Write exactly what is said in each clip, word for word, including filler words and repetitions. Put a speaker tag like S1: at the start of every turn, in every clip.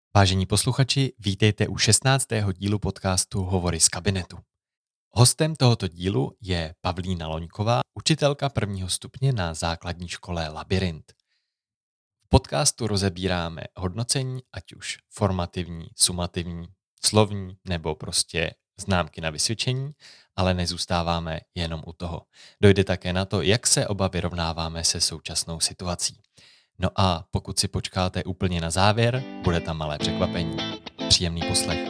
S1: Vážení posluchači, vítejte u šestnáctého dílu podcastu Hovory z kabinetu. Hostem tohoto dílu je Pavlína Loňková, učitelka prvního stupně na základní škole Labyrint. V podcastu rozebíráme hodnocení, ať už formativní, sumativní, slovní nebo prostě známky na vysvědčení, ale nezůstáváme jenom u toho. Dojde také na to, jak se oba vyrovnáváme se současnou situací. No a pokud si počkáte úplně na závěr, bude tam malé překvapení. Příjemný poslech.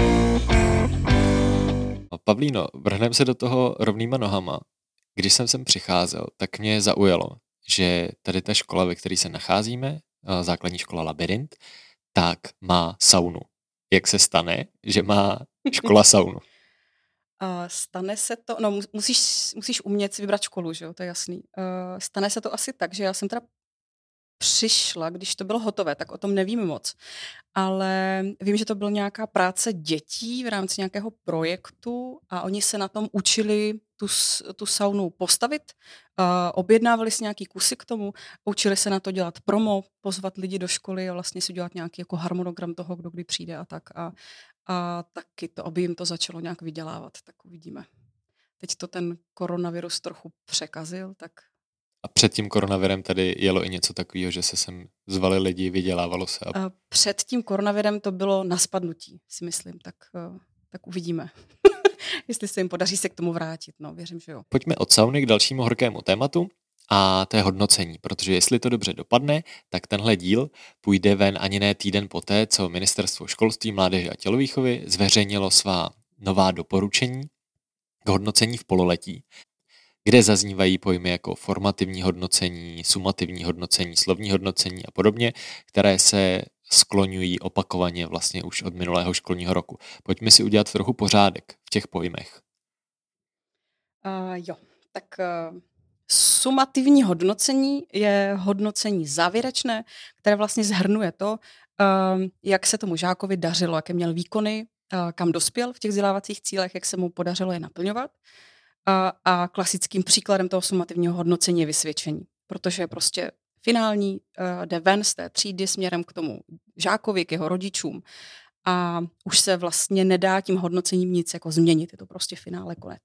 S2: Pavlíno, vrhneme se do toho rovnýma nohama. Když jsem sem přicházel, tak mě zaujalo, že tady ta škola, ve které se nacházíme, základní škola Labyrint, tak má saunu. Jak se stane, že má škola saunu?
S3: Uh, stane se to, no musíš, musíš umět si vybrat školu, že jo, to je jasný. Uh, stane se to asi tak, že já jsem teda přišla, když to bylo hotové, tak o tom nevím moc. Ale vím, že to byla nějaká práce dětí v rámci nějakého projektu a oni se na tom učili tu, tu saunu postavit, uh, objednávali si nějaký kusy k tomu, učili se na to dělat promo, pozvat lidi do školy a vlastně si dělat nějaký jako harmonogram toho, kdo kdy přijde a tak. A, a taky to, aby jim to začalo nějak vydělávat, tak uvidíme. Teď to ten koronavirus trochu překazil, tak...
S2: A před tím koronavirem tady jelo i něco takového, že se sem zvali lidi, vydělávalo se? A...
S3: Před tím koronavirem to bylo na spadnutí, si myslím, tak, tak uvidíme. Jestli se jim podaří se k tomu vrátit, no věřím, že jo.
S2: Pojďme od sauny k dalšímu horkému tématu a to je hodnocení, protože jestli to dobře dopadne, tak tenhle díl půjde ven ani ne týden poté, co Ministerstvo školství, mládeže a tělovýchovy zveřejnilo svá nová doporučení k hodnocení v pololetí, kde zaznívají pojmy jako formativní hodnocení, sumativní hodnocení, slovní hodnocení a podobně, které se skloňují opakovaně vlastně už od minulého školního roku. Pojďme si udělat trochu pořádek v těch pojmech.
S3: Uh, jo, tak uh, sumativní hodnocení je hodnocení závěrečné, které vlastně zhrnuje to, uh, jak se tomu žákovi dařilo, jaké měl výkony, uh, kam dospěl v těch vzdělávacích cílech, jak se mu podařilo je naplňovat. A, a klasickým příkladem toho sumativního hodnocení je vysvědčení, protože je prostě finální, uh, jde ven z té třídy směrem k tomu žákovi, k jeho rodičům a už se vlastně nedá tím hodnocením nic jako změnit, je to prostě finále, konec.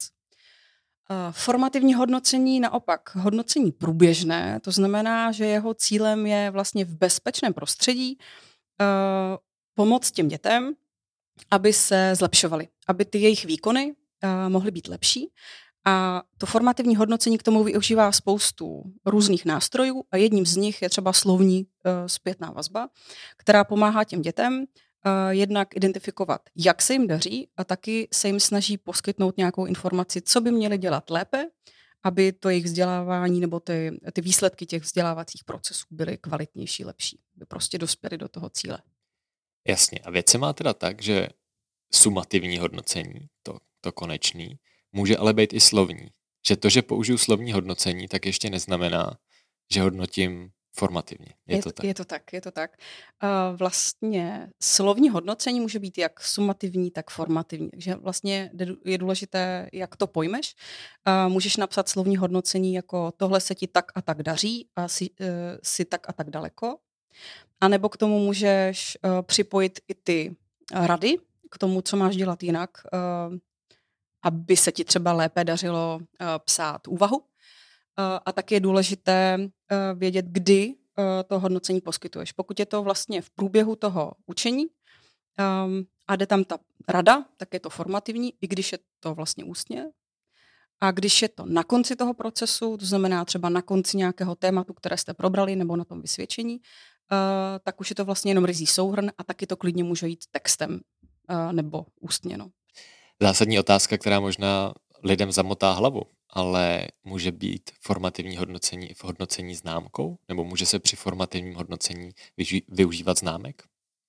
S3: Uh, formativní hodnocení naopak, hodnocení průběžné, to znamená, že jeho cílem je vlastně v bezpečném prostředí uh, pomoct těm dětem, aby se zlepšovaly, aby ty jejich výkony uh, mohly být lepší. A to formativní hodnocení k tomu využívá spoustu různých nástrojů a jedním z nich je třeba slovní uh, zpětná vazba, která pomáhá těm dětem uh, jednak identifikovat, jak se jim daří a taky se jim snaží poskytnout nějakou informaci, co by měli dělat lépe, aby to jejich vzdělávání nebo ty, ty výsledky těch vzdělávacích procesů byly kvalitnější, lepší, aby prostě dospěli do toho cíle.
S2: Jasně. A věc se má teda tak, že sumativní hodnocení, to, to konečný, může ale být i slovní. Že to, že použiju slovní hodnocení, tak ještě neznamená, že hodnotím formativně. Je,
S3: je,
S2: to, tak.
S3: je to tak, je to tak. Uh, vlastně slovní hodnocení může být jak sumativní, tak formativní. Takže vlastně je důležité, jak to pojmeš. Uh, můžeš napsat slovní hodnocení jako tohle se ti tak a tak daří a si, uh, si tak a tak daleko. A nebo k tomu můžeš uh, připojit i ty rady k tomu, co máš dělat jinak, uh, aby se ti třeba lépe dařilo uh, psát úvahu. Uh, a tak je důležité uh, vědět, kdy uh, to hodnocení poskytuješ. Pokud je to vlastně v průběhu toho učení um, a jde tam ta rada, tak je to formativní, i když je to vlastně ústně. A když je to na konci toho procesu, to znamená třeba na konci nějakého tématu, které jste probrali, nebo na tom vysvědčení, uh, tak už je to vlastně jenom ryzí souhrn a taky to klidně může jít textem uh, nebo ústně. No.
S2: Zásadní otázka, která možná lidem zamotá hlavu, ale může být formativní hodnocení v hodnocení známkou? Nebo může se při formativním hodnocení využívat známek?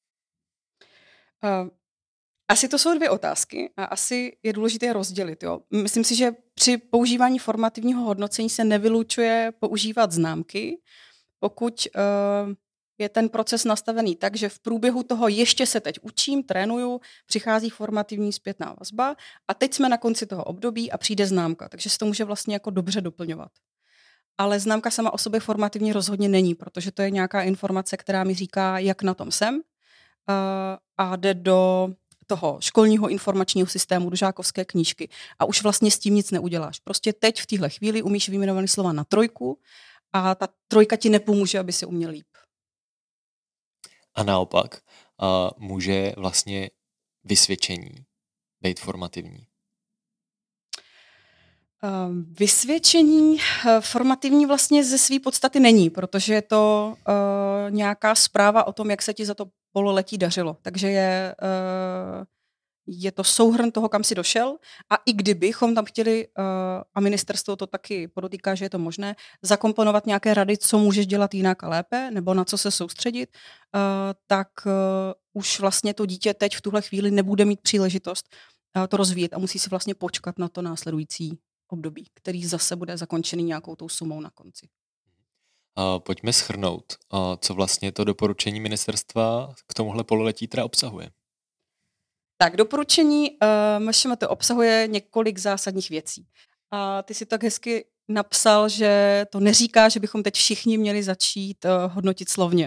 S3: Uh, asi to jsou dvě otázky a asi je důležité je rozdělit. Jo. Myslím si, že při používání formativního hodnocení se nevylučuje používat známky, pokud uh, je ten proces nastavený tak, že v průběhu toho ještě se teď učím, trénuju, přichází formativní zpětná vazba a teď jsme na konci toho období a přijde známka, takže se to může vlastně jako dobře doplňovat. Ale známka sama o sobě formativní rozhodně není, protože to je nějaká informace, která mi říká, jak na tom jsem a jde do toho školního informačního systému, do žákovské knížky a už vlastně s tím nic neuděláš. Prostě teď v téhle chvíli umíš vyjmenovaný slova na trojku a ta trojka ti nepomůže, aby si uměl líp.
S2: A naopak a může vlastně vysvědčení být formativní?
S3: Vysvědčení formativní vlastně ze své podstaty není, protože je to uh, nějaká zpráva o tom, jak se ti za to pololetí dařilo. Takže je, uh, je to souhrn toho, kam si došel a i kdybychom tam chtěli, uh, a ministerstvo to taky podotýká, že je to možné, zakomponovat nějaké rady, co můžeš dělat jinak a lépe, nebo na co se soustředit, uh, tak uh, už vlastně to dítě teď v tuhle chvíli nebude mít příležitost uh, to rozvíjet a musí si vlastně počkat na to následující období, který zase bude zakončený nějakou tou sumou na konci.
S2: Uh, pojďme shrnout, uh, co vlastně to doporučení ministerstva k tomuhle pololetí teda obsahuje.
S3: Tak, doporučení uh, M Š M T obsahuje několik zásadních věcí. A ty si tak hezky napsal, že to neříká, že bychom teď všichni měli začít uh, hodnotit slovně.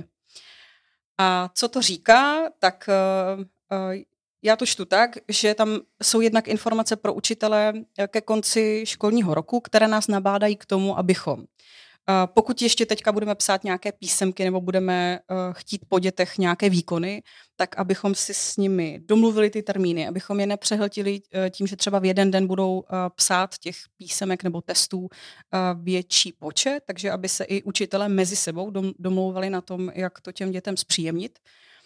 S3: A co to říká, tak uh, uh, já to čtu tak, že tam jsou jednak informace pro učitele ke konci školního roku, které nás nabádají k tomu, abychom. Pokud ještě teďka budeme psát nějaké písemky nebo budeme chtít po dětech nějaké výkony, tak abychom si s nimi domluvili ty termíny, abychom je nepřehltili tím, že třeba v jeden den budou psát těch písemek nebo testů větší počet, takže aby se i učitelé mezi sebou domlouvali na tom, jak to těm dětem zpříjemnit,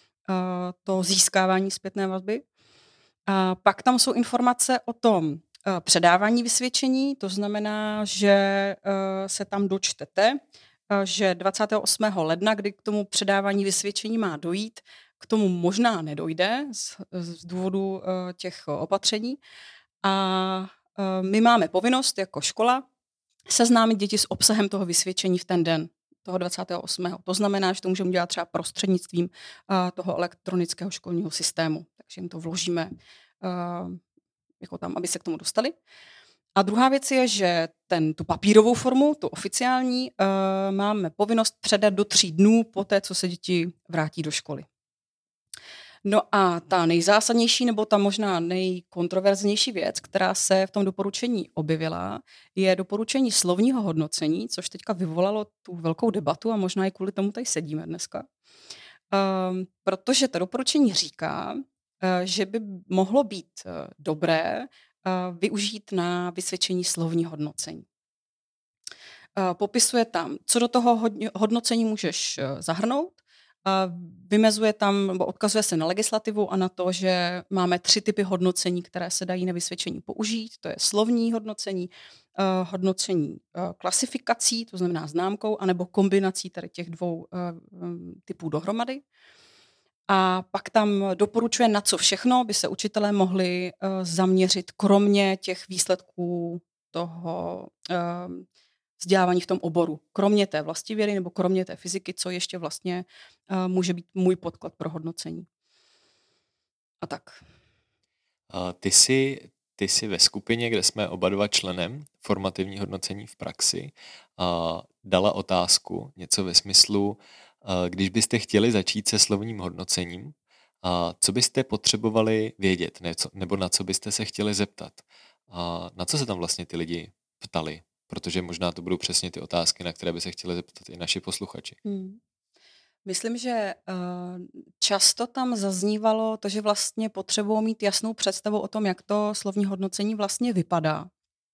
S3: to získávání zpětné vazby. A pak tam jsou informace o tom předávání vysvědčení, to znamená, že se tam dočtete, že dvacátého osmého ledna, kdy k tomu předávání vysvědčení má dojít, k tomu možná nedojde z, z důvodu těch opatření. A my máme povinnost jako škola seznámit děti s obsahem toho vysvědčení v ten den, toho dvacátého osmého To znamená, že to můžeme dělat třeba prostřednictvím toho elektronického školního systému. Takže jim to vložíme jako tam, aby se k tomu dostali. A druhá věc je, že ten, tu papírovou formu, tu oficiální, uh, máme povinnost předat do tří dnů po té, co se děti vrátí do školy. No a ta nejzásadnější, nebo ta možná nejkontroverznější věc, která se v tom doporučení objevila, je doporučení slovního hodnocení, což teďka vyvolalo tu velkou debatu a možná i kvůli tomu tady sedíme dneska. Um, protože to doporučení říká, že by mohlo být dobré využít na vysvědčení slovní hodnocení. Popisuje tam, co do toho hodnocení můžeš zahrnout, vymezuje tam, nebo odkazuje se na legislativu a na to, že máme tři typy hodnocení, které se dají na vysvědčení použít. To je slovní hodnocení, hodnocení klasifikací, to znamená známkou, anebo kombinací tady těch dvou typů dohromady. A pak tam doporučuje, na co všechno by se učitelé mohli uh, zaměřit, kromě těch výsledků toho uh, vzdělávání v tom oboru. Kromě té vlastivědy nebo kromě té fyziky, co ještě vlastně uh, může být můj podklad pro hodnocení. A tak.
S2: Uh, ty jsi, ty jsi ve skupině, kde jsme oba dva členem formativní hodnocení v praxi, uh, dala otázku, něco ve smyslu, když byste chtěli začít se slovním hodnocením, co byste potřebovali vědět, nebo na co byste se chtěli zeptat? Na co se tam vlastně ty lidi ptali? Protože možná to budou přesně ty otázky, na které by se chtěli zeptat i naši posluchači. Hmm.
S3: Myslím, že uh, často tam zaznívalo to, že vlastně potřebují mít jasnou představu o tom, jak to slovní hodnocení vlastně vypadá.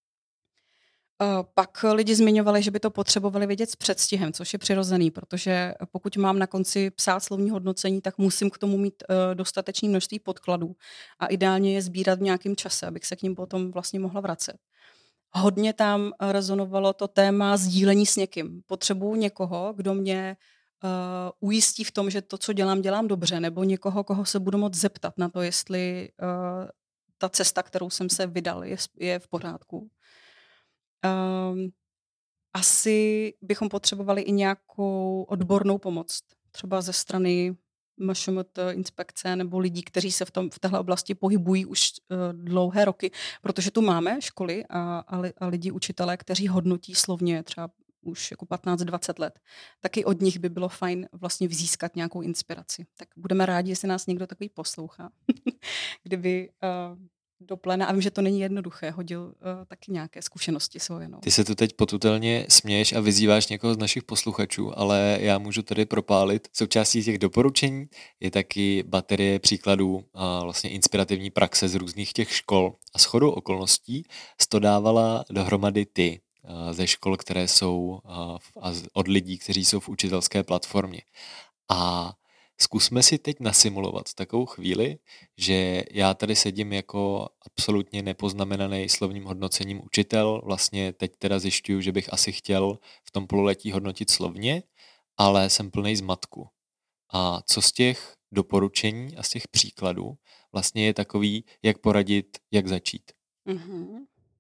S3: Pak lidi zmiňovali, že by to potřebovali vědět s předstihem, což je přirozený, protože pokud mám na konci psát slovní hodnocení, tak musím k tomu mít dostatečné množství podkladů a ideálně je sbírat v nějakém čase, abych se k ním potom vlastně mohla vracet. Hodně tam rezonovalo to téma sdílení s někým. Potřebuju někoho, kdo mě uh, ujistí v tom, že to, co dělám, dělám dobře, nebo někoho, koho se budu moct zeptat na to, jestli uh, ta cesta, kterou jsem se vydal, je, je v pořádku. Um, asi bychom potřebovali i nějakou odbornou pomoc, třeba ze strany M Š M T, inspekce nebo lidí, kteří se v, tom, v téhle oblasti pohybují už uh, dlouhé roky, protože tu máme školy a, a, a lidi, učitelé, kteří hodnotí slovně třeba už jako patnáct dvacet let, taky od nich by bylo fajn vlastně získat nějakou inspiraci. Tak budeme rádi, jestli nás někdo takový poslouchá. Kdyby uh, do pléna, a vím, že to není jednoduché, hodil uh, taky nějaké zkušenosti svoje. No.
S2: Ty se tu teď potutelně směješ a vyzýváš někoho z našich posluchačů, ale já můžu tady propálit. Součástí těch doporučení je taky baterie příkladů a vlastně inspirativní praxe z různých těch škol. A shodou okolností jsi to dávala dohromady ty ze škol, které jsou a od lidí, kteří jsou v učitelské platformě. A zkusme si teď nasimulovat takovou chvíli, že já tady sedím jako absolutně nepoznamenaný slovním hodnocením učitel. Vlastně teď teda zjišťuju, že bych asi chtěl v tom pololetí hodnotit slovně, ale jsem plnej zmatku. A co z těch doporučení a z těch příkladů vlastně je takový, jak poradit, jak začít?
S3: Mm-hmm.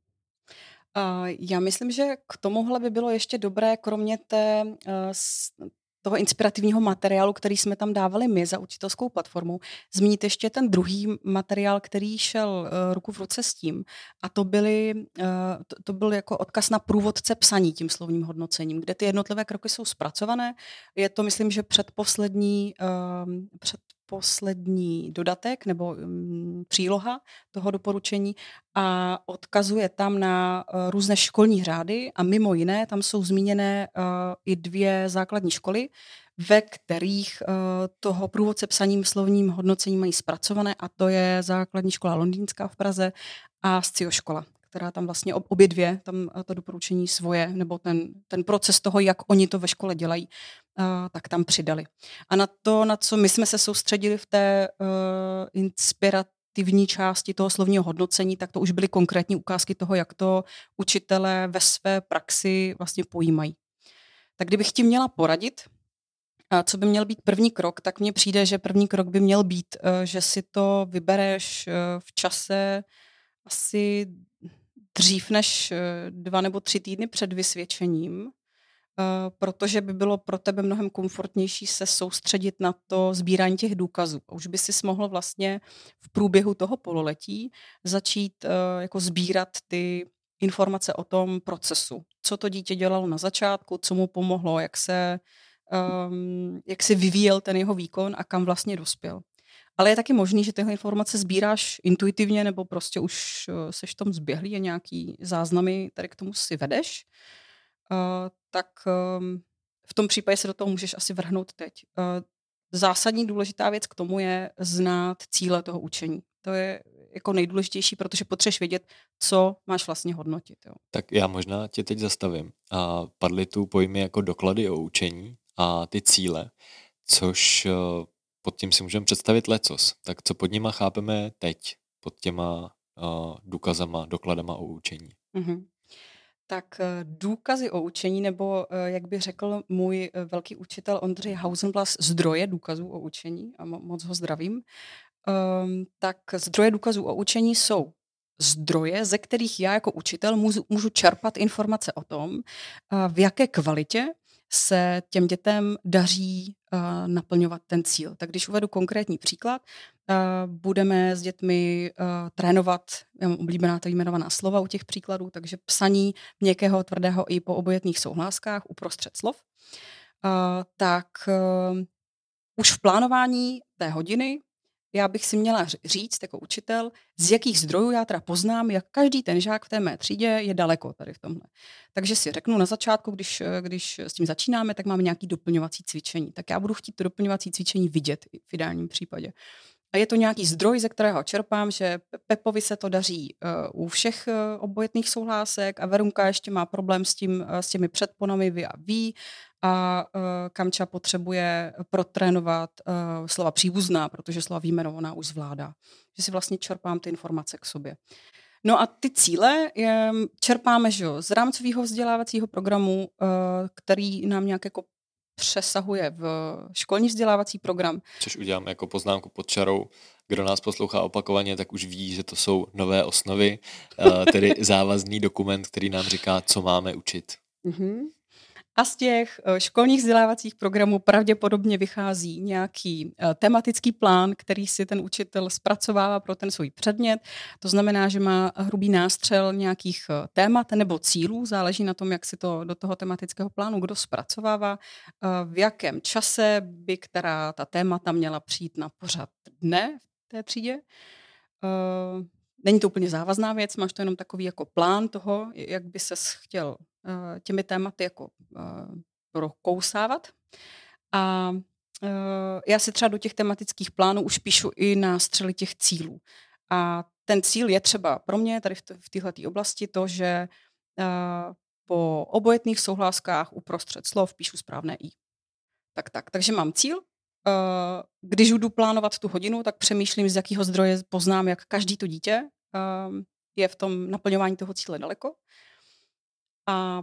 S3: Uh, já myslím, že k tomuhle by bylo ještě dobré, kromě té, uh, s, toho inspirativního materiálu, který jsme tam dávali my za učitelskou platformu, zmínit ještě ten druhý materiál, který šel uh, ruku v ruce s tím. A to, byly, uh, to, to byl jako odkaz na průvodce psaní tím slovním hodnocením, kde ty jednotlivé kroky jsou zpracované. Je to, myslím, že předposlední, uh, před poslední dodatek nebo um, příloha toho doporučení a odkazuje tam na uh, různé školní řády a mimo jiné tam jsou zmíněné uh, i dvě základní školy, ve kterých uh, toho průvodce psaním slovním hodnocením mají zpracované, a to je základní škola Londýnská v Praze a Scio škola, která tam vlastně obě dvě, tam to doporučení svoje, nebo ten, ten proces toho, jak oni to ve škole dělají, uh, tak tam přidali. A na to, na co my jsme se soustředili v té uh, inspirativní části toho slovního hodnocení, tak to už byly konkrétní ukázky toho, jak to učitelé ve své praxi vlastně pojímají. Tak kdybych ti měla poradit, a co by měl být první krok, tak mně přijde, že první krok by měl být, uh, že si to vybereš uh, v čase asi dřív než dva nebo tři týdny před vysvědčením, protože by bylo pro tebe mnohem komfortnější se soustředit na to sbírání těch důkazů. Už by si mohl vlastně v průběhu toho pololetí začít jako sbírat ty informace o tom procesu. Co to dítě dělalo na začátku, co mu pomohlo, jak se, um, jak se vyvíjel ten jeho výkon a kam vlastně dospěl. Ale je taky možný, že tyhle informace sbíráš intuitivně nebo prostě už seš tom zběhlý a nějaký záznamy tady k tomu si vedeš, uh, tak um, v tom případě se do toho můžeš asi vrhnout teď. Uh, zásadní důležitá věc k tomu je znát cíle toho učení. To je jako nejdůležitější, protože potřebuješ vědět, co máš vlastně hodnotit. Jo.
S2: Tak já možná tě teď zastavím. A padly tu pojmy jako doklady o učení a ty cíle, což pod tím si můžeme představit lecos. Tak co pod nima chápeme teď, pod těma uh, důkazama, dokladama o učení?
S3: Mm-hmm. Tak důkazy o učení, nebo jak by řekl můj velký učitel Ondřej Hausenblas, zdroje důkazů o učení, a moc ho zdravím, um, tak zdroje důkazů o učení jsou zdroje, ze kterých já jako učitel můžu, můžu čerpat informace o tom, v jaké kvalitě se těm dětem daří uh, naplňovat ten cíl. Tak když uvedu konkrétní příklad, uh, budeme s dětmi uh, trénovat, já mám oblíbená ta jmenovaná slova u těch příkladů, takže psaní měkkého, tvrdého i po obojitných souhláskách uprostřed slov. Uh, tak uh, už v plánování té hodiny já bych si měla říct jako učitel, z jakých zdrojů já teda poznám, jak každý ten žák v té mé třídě je daleko tady v tomhle. Takže si řeknu na začátku, když, když s tím začínáme, tak máme nějaký doplňovací cvičení. Tak já budu chtít to doplňovací cvičení vidět v ideálním případě. A je to nějaký zdroj, ze kterého čerpám, že Pepovi se to daří uh, u všech uh, obojitných souhlásek a Verunka ještě má problém s, tím, uh, s těmi předponami vy a ví a uh, Kamča potřebuje protrénovat uh, slova příbuzná, protože slova výjmenovaná už zvládá. Že si vlastně čerpám ty informace k sobě. No a ty cíle je, čerpáme že jo, z rámcového vzdělávacího programu, uh, který nám nějak jako přesahuje v školní vzdělávací program.
S2: Což udělám jako poznámku pod čarou. Kdo nás poslouchá opakovaně, tak už ví, že to jsou nové osnovy, tedy závazný dokument, který nám říká, co máme učit.
S3: Uh-huh. A z těch školních vzdělávacích programů pravděpodobně vychází nějaký tematický plán, který si ten učitel zpracovává pro ten svůj předmět. To znamená, že má hrubý nástřel nějakých témat nebo cílů, záleží na tom, jak si to do toho tematického plánu kdo zpracovává, v jakém čase by která ta témata měla přijít na pořad dne v té třídě. Není to úplně závazná věc, máš to jenom takový jako plán toho, jak by ses chtěl těmi tématy jako prokousávat. A já si třeba do těch tematických plánů už píšu i nástřely těch cílů. A ten cíl je třeba pro mě tady v této oblasti to, že po obojetných souhláskách uprostřed slov píšu správné i. Tak, tak. Takže mám cíl. Když jdu plánovat tu hodinu, tak přemýšlím, z jakého zdroje poznám, jak každý to dítě je v tom naplňování toho cíle daleko. A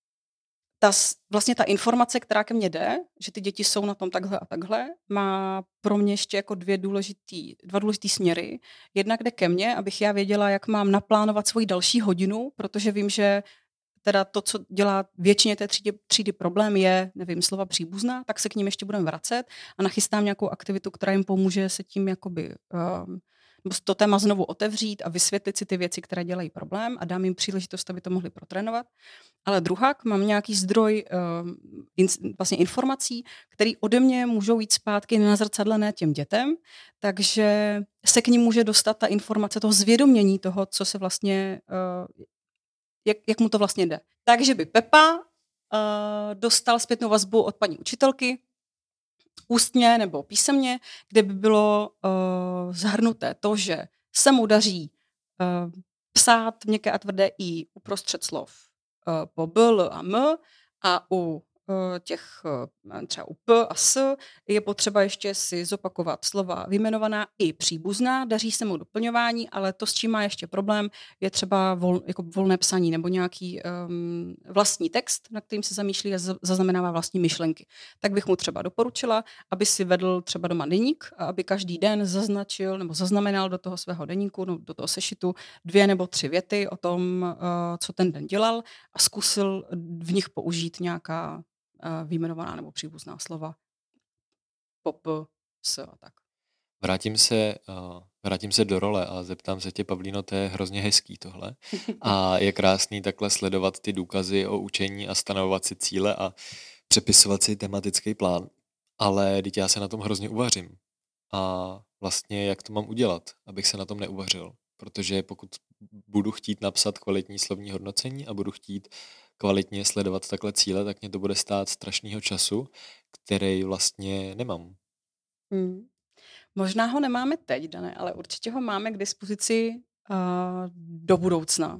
S3: ta, vlastně ta informace, která ke mně jde, že ty děti jsou na tom takhle a takhle, má pro mě ještě jako dvě důležitý, dva důležitý směry. Jednak jde ke mně, abych já věděla, jak mám naplánovat svoji další hodinu, protože vím, že teda to, co dělá většině té třídy, třídy problém, je, nevím, slova příbuzná, tak se k ním ještě budeme vracet a nachystám nějakou aktivitu, která jim pomůže se tím jakoby um, to téma znovu otevřít a vysvětlit si ty věci, které dělají problém a dám jim příležitost, aby to mohli protrénovat. Ale druhak mám nějaký zdroj um, in, vlastně informací, které ode mě můžou jít zpátky nazrcadlené těm dětem, takže se k ním může dostat ta informace, toho zvědomění toho, co se vlastně uh, Jak, jak mu to vlastně jde. Takže by Pepa uh, dostal zpětnou vazbu od paní učitelky, ústně nebo písemně, kde by bylo uh, zhrnuté to, že se mu daří uh, psát měkké a tvrdé i uprostřed slov uh, po b, l a m a u těch třeba u p a s je potřeba ještě si zopakovat slova vyjmenovaná i příbuzná, daří se mu doplňování, ale to, s čím má ještě problém, je třeba vol, jako volné psaní nebo nějaký um, vlastní text, na kterým se zamýšlí a zaznamenává vlastní myšlenky. Tak bych mu třeba doporučila, aby si vedl třeba doma deník a aby každý den zaznačil nebo zaznamenal do toho svého deníku, no, do toho sešitu dvě nebo tři věty o tom, uh, co ten den dělal a zkusil v nich použít nějaká vyjmenovaná nebo příbuzná slova. Pop, s a tak.
S2: Vrátím se, uh, vrátím se do role a zeptám se tě, Pavlíno, to je hrozně hezký tohle. A je krásný takhle sledovat ty důkazy o učení a stanovovat si cíle a přepisovat si tematický plán. Ale teď já se na tom hrozně uvařím. A vlastně jak to mám udělat, abych se na tom neuvařil? Protože pokud budu chtít napsat kvalitní slovní hodnocení a budu chtít kvalitně sledovat takhle cíle, tak mě to bude stát strašnýho času, který vlastně nemám.
S3: Hmm. Možná ho nemáme teď, Dané, ale určitě ho máme k dispozici uh, do budoucna. Uh,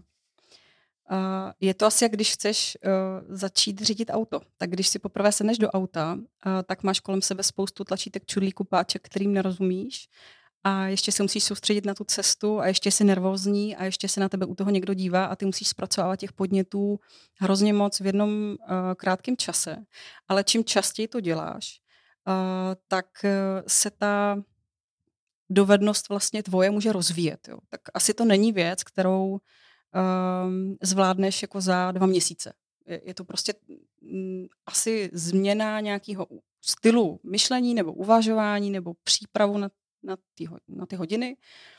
S3: je to asi, jak když chceš uh, začít řídit auto. Tak když si poprvé sedneš do auta, uh, tak máš kolem sebe spoustu tlačítek, čudlíků, páček, kterým nerozumíš. A ještě se musíš soustředit na tu cestu a ještě jsi nervózní a ještě se na tebe u toho někdo dívá a ty musíš zpracovávat těch podnětů hrozně moc v jednom uh, krátkém čase. Ale čím častěji to děláš, uh, tak uh, se ta dovednost vlastně tvoje může rozvíjet. Jo. Tak asi to není věc, kterou um, zvládneš jako za dva měsíce. Je, je to prostě m, asi změna nějakého stylu myšlení nebo uvažování nebo přípravu na Na ty, na ty hodiny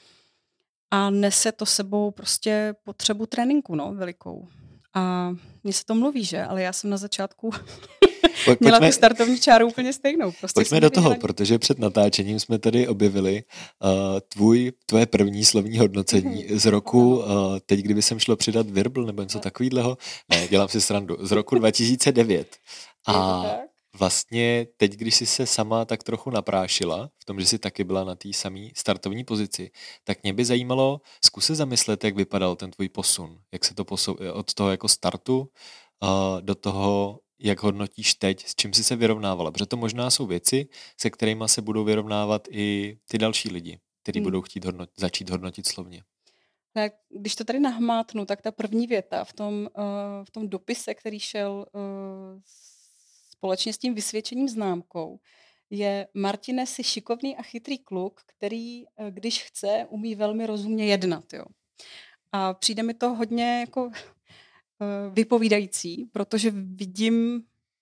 S3: a nese to sebou prostě potřebu tréninku, no, velikou. A mně se to mluví, že? Ale já jsem na začátku Pojď, měla pojďme, tu startovní čáru úplně stejnou. Prostě
S2: pojďme do toho, protože před natáčením jsme tady objevili uh, tvůj, tvoje první slovní hodnocení z roku, uh, teď kdyby jsem šlo přidat Virbl nebo něco takového, ne, dělám si srandu, z roku dva tisíce devět. A vlastně teď, když jsi se sama tak trochu naprášila, v tom, že jsi taky byla na té samé startovní pozici, tak mě by zajímalo, zkus se zamyslet, jak vypadal ten tvůj posun, jak se to posou, od toho jako startu uh, do toho, jak hodnotíš teď, s čím jsi se vyrovnávala, protože to možná jsou věci, se kterými se budou vyrovnávat i ty další lidi, kteří hmm. budou chtít hodnot, začít hodnotit slovně.
S3: Tak, když to tady nahmátnu, tak ta první věta v tom, uh, v tom dopise, který šel uh, společně s tím vysvědčením známkou, je: Martine, jsi šikovný a chytrý kluk, který, když chce, umí velmi rozumně jednat. Jo. A přijde mi to hodně jako vypovídající, protože vidím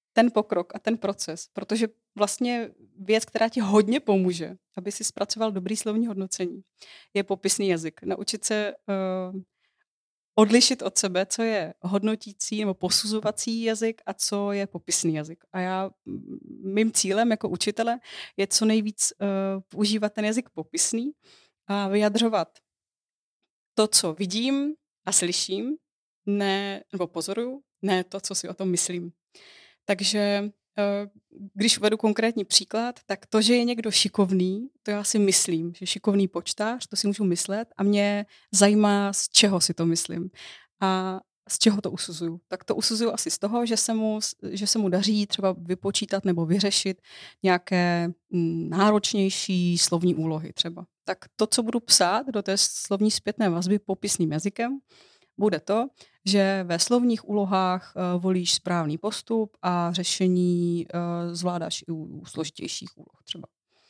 S3: ten pokrok a ten proces, protože vlastně věc, která ti hodně pomůže, aby si zpracoval dobrý slovní hodnocení, je popisný jazyk. Naučit se uh, odlišit od sebe, co je hodnotící nebo posuzovací jazyk a co je popisný jazyk. A já, mým cílem jako učitele je co nejvíc uh, používat ten jazyk popisný a vyjadřovat to, co vidím a slyším, ne, nebo pozoruju, ne to, co si o tom myslím. Takže když uvedu konkrétní příklad, tak to, že je někdo šikovný, to já si myslím, že šikovný počtář, to si můžu myslet a mě zajímá, z čeho si to myslím a z čeho to usuzuju. Tak to usuzuju asi z toho, že se mu, že se mu daří třeba vypočítat nebo vyřešit nějaké náročnější slovní úlohy třeba. Tak to, co budu psát do té slovní zpětné vazby popisným jazykem, bude to, že ve slovních úlohách uh, volíš správný postup a řešení uh, zvládáš i u, u složitějších úloh třeba.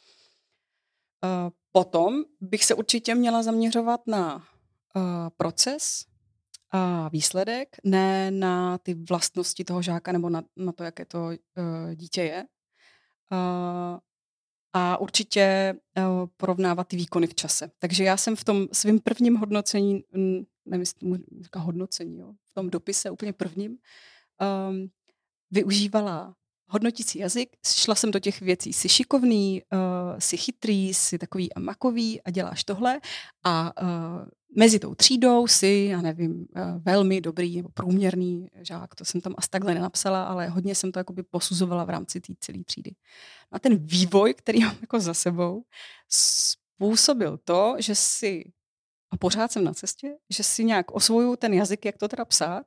S3: Uh, potom bych se určitě měla zaměřovat na uh, proces a výsledek, ne na ty vlastnosti toho žáka nebo na, na to, jaké to uh, dítě je. Uh, a určitě uh, porovnávat ty výkony v čase. Takže já jsem v tom svým prvním hodnocení, nevím, jestli tomu říká hodnocení, jo, v tom dopise úplně prvním, um, využívala hodnotící jazyk, šla jsem do těch věcí, jsi šikovný, uh, jsi chytrý, jsi takový a makový a děláš tohle a uh, mezi tou třídou si, já nevím, uh, velmi dobrý nebo průměrný žák, to jsem tam asi takhle nenapsala, ale hodně jsem to jakoby posuzovala v rámci té celé třídy. A ten vývoj, který mám jako za sebou, způsobil to, že si, a pořád jsem na cestě, že si nějak osvojuju ten jazyk, jak to teda psát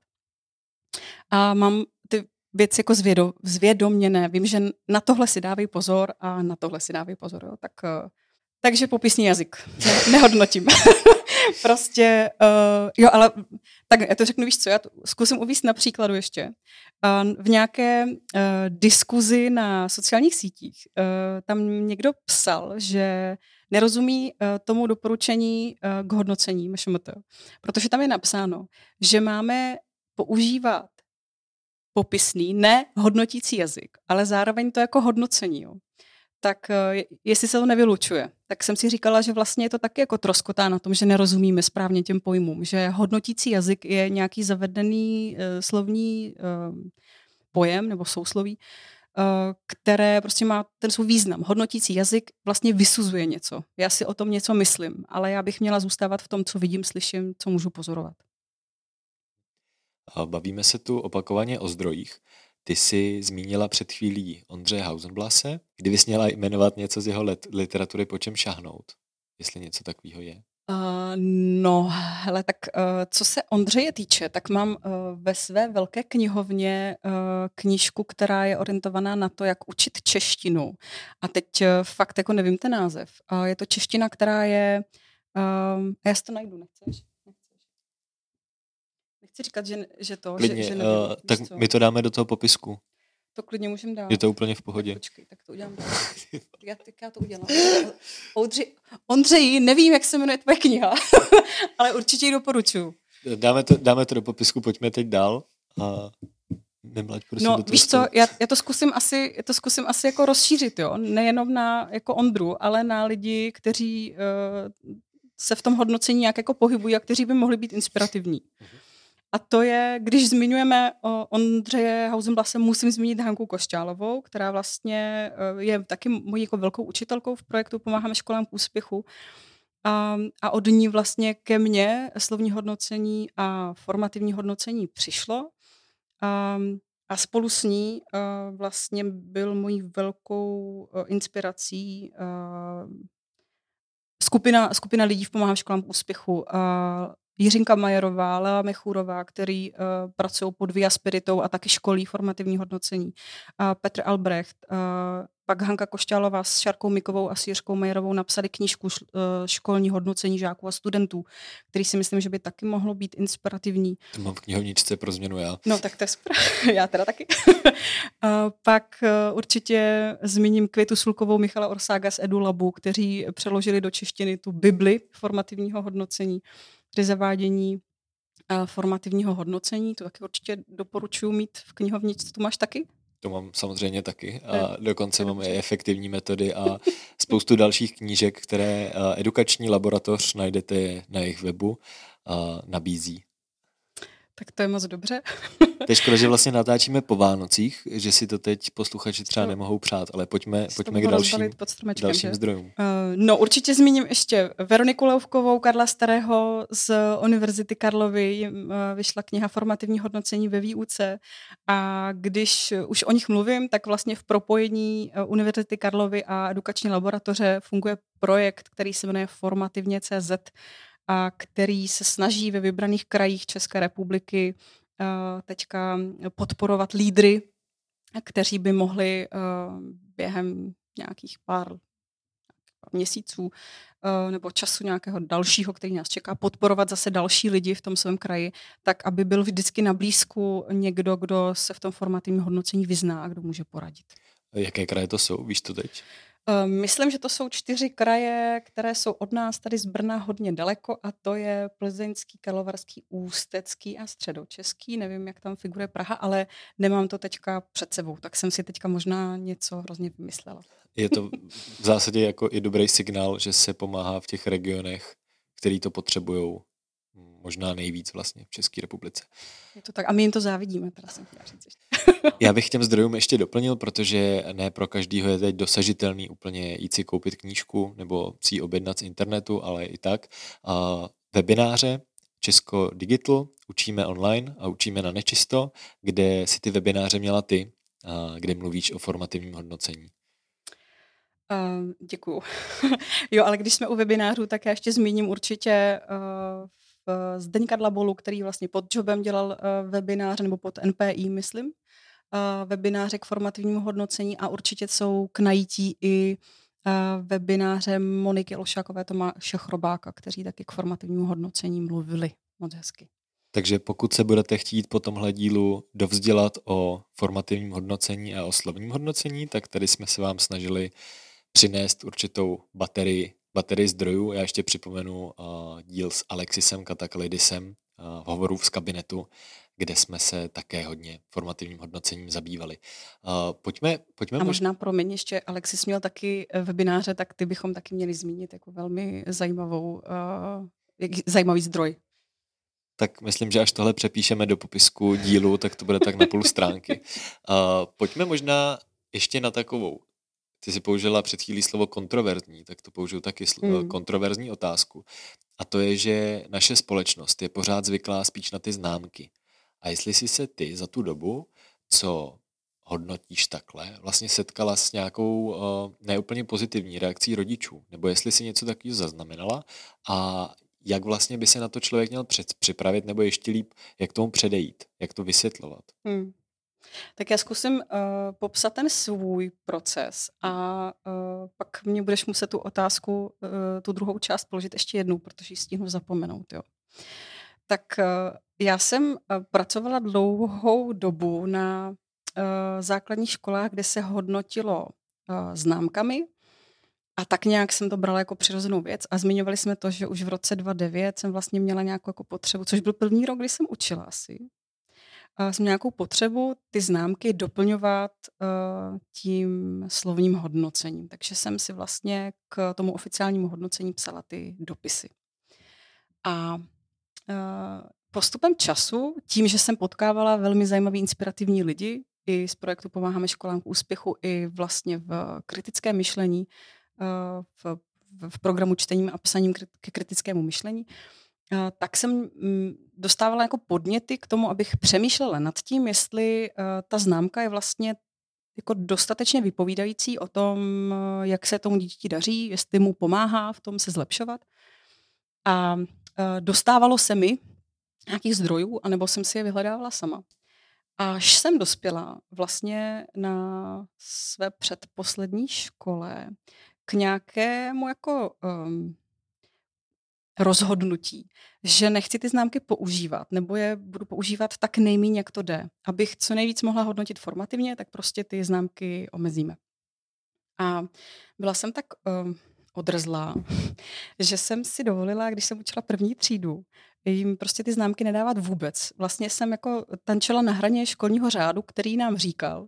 S3: a mám ty věci jako zvědo, zvědoměné. Vím, že na tohle si dávej pozor a na tohle si dávej pozor. Jo. Tak, takže popisný jazyk. Ne, nehodnotím. Prostě, uh, jo, ale tak já to řeknu, víš co, já to zkusím uvést na příkladu ještě. Uh, v nějaké uh, diskuzi na sociálních sítích uh, tam někdo psal, že nerozumí uh, tomu doporučení uh, k hodnocení M Š M T, protože tam je napsáno, že máme používat popisný, ne hodnotící jazyk, ale zároveň to jako hodnocení. Jo. Tak jestli se to nevylučuje, tak jsem si říkala, že vlastně je to taky jako troskotá na tom, že nerozumíme správně těm pojmům, že hodnotící jazyk je nějaký zavedený uh, slovní uh, pojem nebo sousloví, uh, které prostě má ten svůj význam. Hodnotící jazyk vlastně vysuzuje něco. Já si o tom něco myslím, ale já bych měla zůstávat v tom, co vidím, slyším, co můžu pozorovat.
S2: Bavíme se tu opakovaně o zdrojích. Ty jsi zmínila před chvílí Ondřeje Hausenblase, kdyby jsi měla jmenovat něco z jeho let, literatury, po čem šáhnout, jestli něco takového je.
S3: Uh, no, hele, tak uh, co se Ondřeje týče, tak mám uh, ve své velké knihovně uh, knížku, která je orientovaná na to, jak učit češtinu. A teď uh, fakt jako nevím ten název. Uh, je to čeština, která je... Uh, já si to najdu, nechceš? Nechci říkat, že, že to,
S2: klidně,
S3: že, že nevím.
S2: Uh, tak co? My to dáme do toho popisku.
S3: To klidně můžem dát.
S2: Je to úplně v pohodě.
S3: Tak počkej, tak to udělám dál. Já, tak já to udělám. Ondřej, Ondřej, nevím, jak se jmenuje tvoje kniha, ale určitě ji doporučuji.
S2: Dáme to, dáme to do popisku, pojďme teď dál. A nemlaď, prosím,
S3: no,
S2: do toho
S3: víš co, já, já to zkusím asi, já to zkusím asi jako rozšířit, jo. Nejenom na jako Ondru, ale na lidi, kteří uh, se v tom hodnocení nějak jako pohybují a kteří by mohli být inspirativní. Uh-huh. A to je, když zmiňujeme o Ondřeje Hausenblase, musím zmínit Hanku Košťálovou, která vlastně je taky mojí jako velkou učitelkou v projektu Pomáháme školám k úspěchu. A, a od ní vlastně ke mně slovní hodnocení a formativní hodnocení přišlo. A, a spolu s ní vlastně byl mojí velkou inspirací skupina, skupina lidí v Pomáhám školám k úspěchu. A Jiřinka Majerová, Lea Mechůrová, který uh, pracují pod Via Spiritou a taky školí formativní hodnocení. Uh, Petr Albrecht, uh, pak Hanka Košťálová s Šárkou Mikovou a s Jiřkou Majerovou napsali knížku uh, Školní hodnocení žáků a studentů, který si myslím, že by taky mohlo být inspirativní.
S2: To mám v knihovničce pro změnu já.
S3: No tak to je super, já teda taky. uh, pak uh, určitě zmíním Květu Sulkovou, Michala Orsága z EduLabu, kteří přeložili do češtiny tu Bibli formativního hodnocení, při zavádění uh, formativního hodnocení. To taky určitě doporučuji mít v knihovničce. Tu máš taky?
S2: To mám samozřejmě taky a dokonce mám i efektivní metody a spoustu dalších knížek, které edukační laboratoř najdete na jejich webu a nabízí.
S3: Tak to je moc dobře.
S2: To je škoda, že vlastně natáčíme po Vánocích, že si to teď posluchači třeba nemohou přát, ale pojďme, pojďme k dalším, dalším zdrojům. Uh,
S3: no určitě zmíním ještě Veroniku Louvkovou, Karla Starého z Univerzity Karlovy. Uh, vyšla kniha Formativní hodnocení ve výuce a když už o nich mluvím, tak vlastně v propojení Univerzity Karlovy a edukační laboratoře funguje projekt, který se jmenuje Formativně tečka cé zet a který se snaží ve vybraných krajích České republiky uh, teďka podporovat lídry, kteří by mohli uh, během nějakých pár měsíců uh, nebo času nějakého dalšího, který nás čeká, podporovat zase další lidi v tom svém kraji, tak aby byl vždycky na blízku někdo, kdo se v tom formativním hodnocení vyzná a kdo může poradit.
S2: Jaké kraje to jsou? Víš to teď?
S3: Myslím, že to jsou čtyři kraje, které jsou od nás tady z Brna hodně daleko a to je Plzeňský, Karlovarský, Ústecký a Středočeský. Nevím, jak tam figuruje Praha, ale nemám to teďka před sebou, tak jsem si teďka možná něco hrozně vymyslela.
S2: Je to v zásadě jako i dobrý signál, že se pomáhá v těch regionech, který to potřebujou možná nejvíc vlastně v České republice.
S3: Je to tak a my jim to závidíme, teda jsem chtěla říct ještě.
S2: Já bych těm zdrojům ještě doplnil, protože ne pro každýho je teď dosažitelný úplně jít si koupit knížku nebo si ji objednat z internetu, ale i tak. A webináře Česko Digital učíme online a učíme na nečisto, kde si ty webináře měla ty, a kde mluvíš o formativním hodnocení.
S3: Uh, děkuju. Jo, ale když jsme u webinářů, tak já ještě zmíním určitě uh, Zdeňka Dlabolu, který vlastně pod Jobem dělal uh, webináře, nebo pod N P I, myslím, uh, webináře k formativnímu hodnocení a určitě jsou k najítí i uh, webináře Moniky Olšákové, Tomáše Chrobáka, kteří taky k formativnímu hodnocení mluvili moc hezky.
S2: Takže pokud se budete chtít po tomhle dílu dovzdělat o formativním hodnocení a o slovním hodnocení, tak tady jsme se vám snažili přinést určitou baterii baterii zdrojů. Já ještě připomenu uh, díl s Alexisem Kataklidisem uh, v hovoru z kabinetu, kde jsme se také hodně formativním hodnocením zabývali. Uh, pojďme, pojďme
S3: A možná, mož... promiň, ještě Alexis měl taky webináře, tak ty bychom taky měli zmínit jako velmi zajímavou, uh, zajímavý zdroj.
S2: Tak myslím, že až tohle přepíšeme do popisku dílu, tak to bude tak na půl stránky. Uh, pojďme možná ještě na takovou. Ty jsi použila před chvílí slovo kontroverzní, tak to použiju taky slovo, mm. kontroverzní otázku. A to je, že naše společnost je pořád zvyklá spíš na ty známky. A jestli jsi se ty za tu dobu, co hodnotíš takhle, vlastně setkala s nějakou uh, neúplně pozitivní reakcí rodičů, nebo jestli si něco takového zaznamenala a jak vlastně by se na to člověk měl před, připravit, nebo ještě líp, jak tomu předejít, jak to vysvětlovat.
S3: Mm. Tak já zkusím uh, popsat ten svůj proces a uh, pak mě budeš muset tu otázku, uh, tu druhou část položit ještě jednou, protože ji stihnu zapomenout. Jo. Tak uh, já jsem uh, pracovala dlouhou dobu na uh, základních školách, kde se hodnotilo uh, známkami a tak nějak jsem to brala jako přirozenou věc a zmiňovali jsme to, že už v roce dva tisíce devět jsem vlastně měla nějakou jako potřebu, což byl první rok, kdy jsem učila asi. Jsem nějakou potřebu ty známky doplňovat uh, tím slovním hodnocením. Takže jsem si vlastně k tomu oficiálnímu hodnocení psala ty dopisy. A uh, postupem času, tím, že jsem potkávala velmi zajímavý inspirativní lidi, i z projektu Pomáháme školám k úspěchu, i vlastně v kritickém myšlení, uh, v, v programu čtením a psaním ke kritickému myšlení, tak jsem dostávala jako podněty k tomu, abych přemýšlela nad tím, jestli ta známka je vlastně jako dostatečně vypovídající o tom, jak se tomu dítěti daří, jestli mu pomáhá v tom se zlepšovat. A dostávalo se mi nějakých zdrojů, anebo jsem si je vyhledávala sama. Až jsem dospěla vlastně na své předposlední škole k nějakému jako um, rozhodnutí, že nechci ty známky používat, nebo je budu používat tak nejméně, jak to jde. Abych co nejvíc mohla hodnotit formativně, tak prostě ty známky omezíme. A byla jsem tak um, odrzlá, že jsem si dovolila, když jsem učila první třídu, jim prostě ty známky nedávat vůbec. Vlastně jsem jako tančila na hraně školního řádu, který nám říkal,